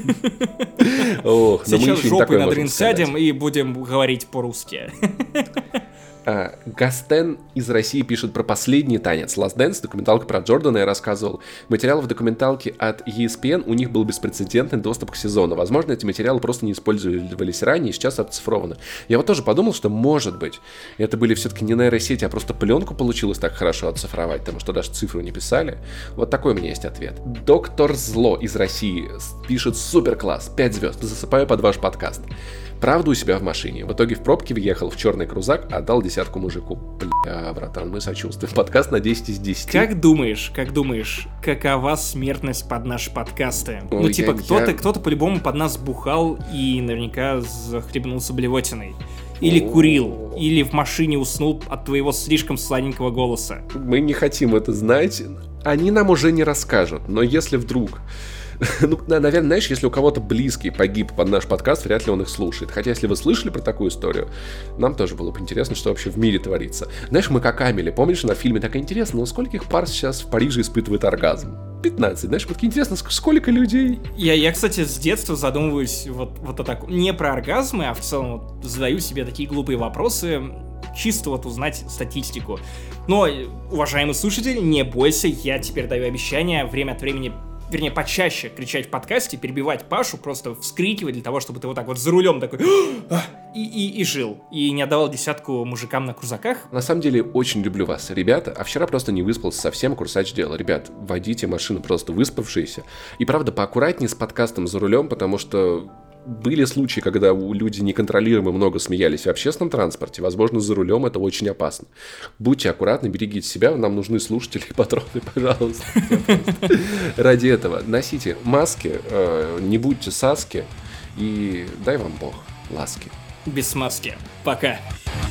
Сейчас жопой над Рин сядем и будем говорить по-русски. Гастен из России пишет про последний танец. Last Dance, документалка про Джордана, я рассказывал. Материалы в документалке от ESPN, у них был беспрецедентный доступ к сезону. Возможно, эти материалы просто не использовались ранее и сейчас оцифрованы. Я тоже подумал, что может быть. Это были все-таки не нейросети, а просто пленку получилось так хорошо оцифровать, потому что даже цифру не писали. Вот такой у меня есть ответ. Доктор Зло из России пишет: супер класс, 5 звезд, засыпаю под ваш подкаст. Правда, у себя в машине. В итоге в пробке въехал в черный крузак, отдал 10 мужику. Бля, братан, мы сочувствуем. Подкаст на 10 из 10. Как думаешь, какова смертность под наши подкасты? Ой, кто-то по-любому под нас бухал и наверняка захлебнулся блевотиной. Или курил, или в машине уснул от твоего слишком сладенького голоса. Мы не хотим это знать. Они нам уже не расскажут. Но если вдруг... наверное, знаешь, если у кого-то близкий погиб под наш подкаст, вряд ли он их слушает. Хотя, если вы слышали про такую историю, нам тоже было бы интересно, что вообще в мире творится. Знаешь, мы как Амели, помнишь, на фильме так интересно, но скольких пар сейчас в Париже испытывает оргазм? 15, знаешь, вот интересно, сколько людей? Я, кстати, с детства задумываюсь вот о таком, не про оргазмы, а в целом задаю себе такие глупые вопросы, чисто узнать статистику. Но, уважаемый слушатель, не бойся, я теперь даю обещание время от времени вернее, почаще кричать в подкасте, перебивать Пашу, просто вскрикивать для того, чтобы ты вот так вот за рулем такой и жил. И не отдавал десятку мужикам на крузаках. На самом деле, очень люблю вас, ребята. А вчера просто не выспался совсем, курсач делал. Ребят, водите машину просто выспавшиеся. И правда, поаккуратнее с подкастом за рулем, потому что были случаи, когда люди неконтролируемо много смеялись в общественном транспорте. Возможно, за рулем это очень опасно. Будьте аккуратны, берегите себя. Нам нужны слушатели и патроны, пожалуйста. Ради этого носите маски, не будьте Саски. И дай вам Бог ласки. Без смазки. Пока.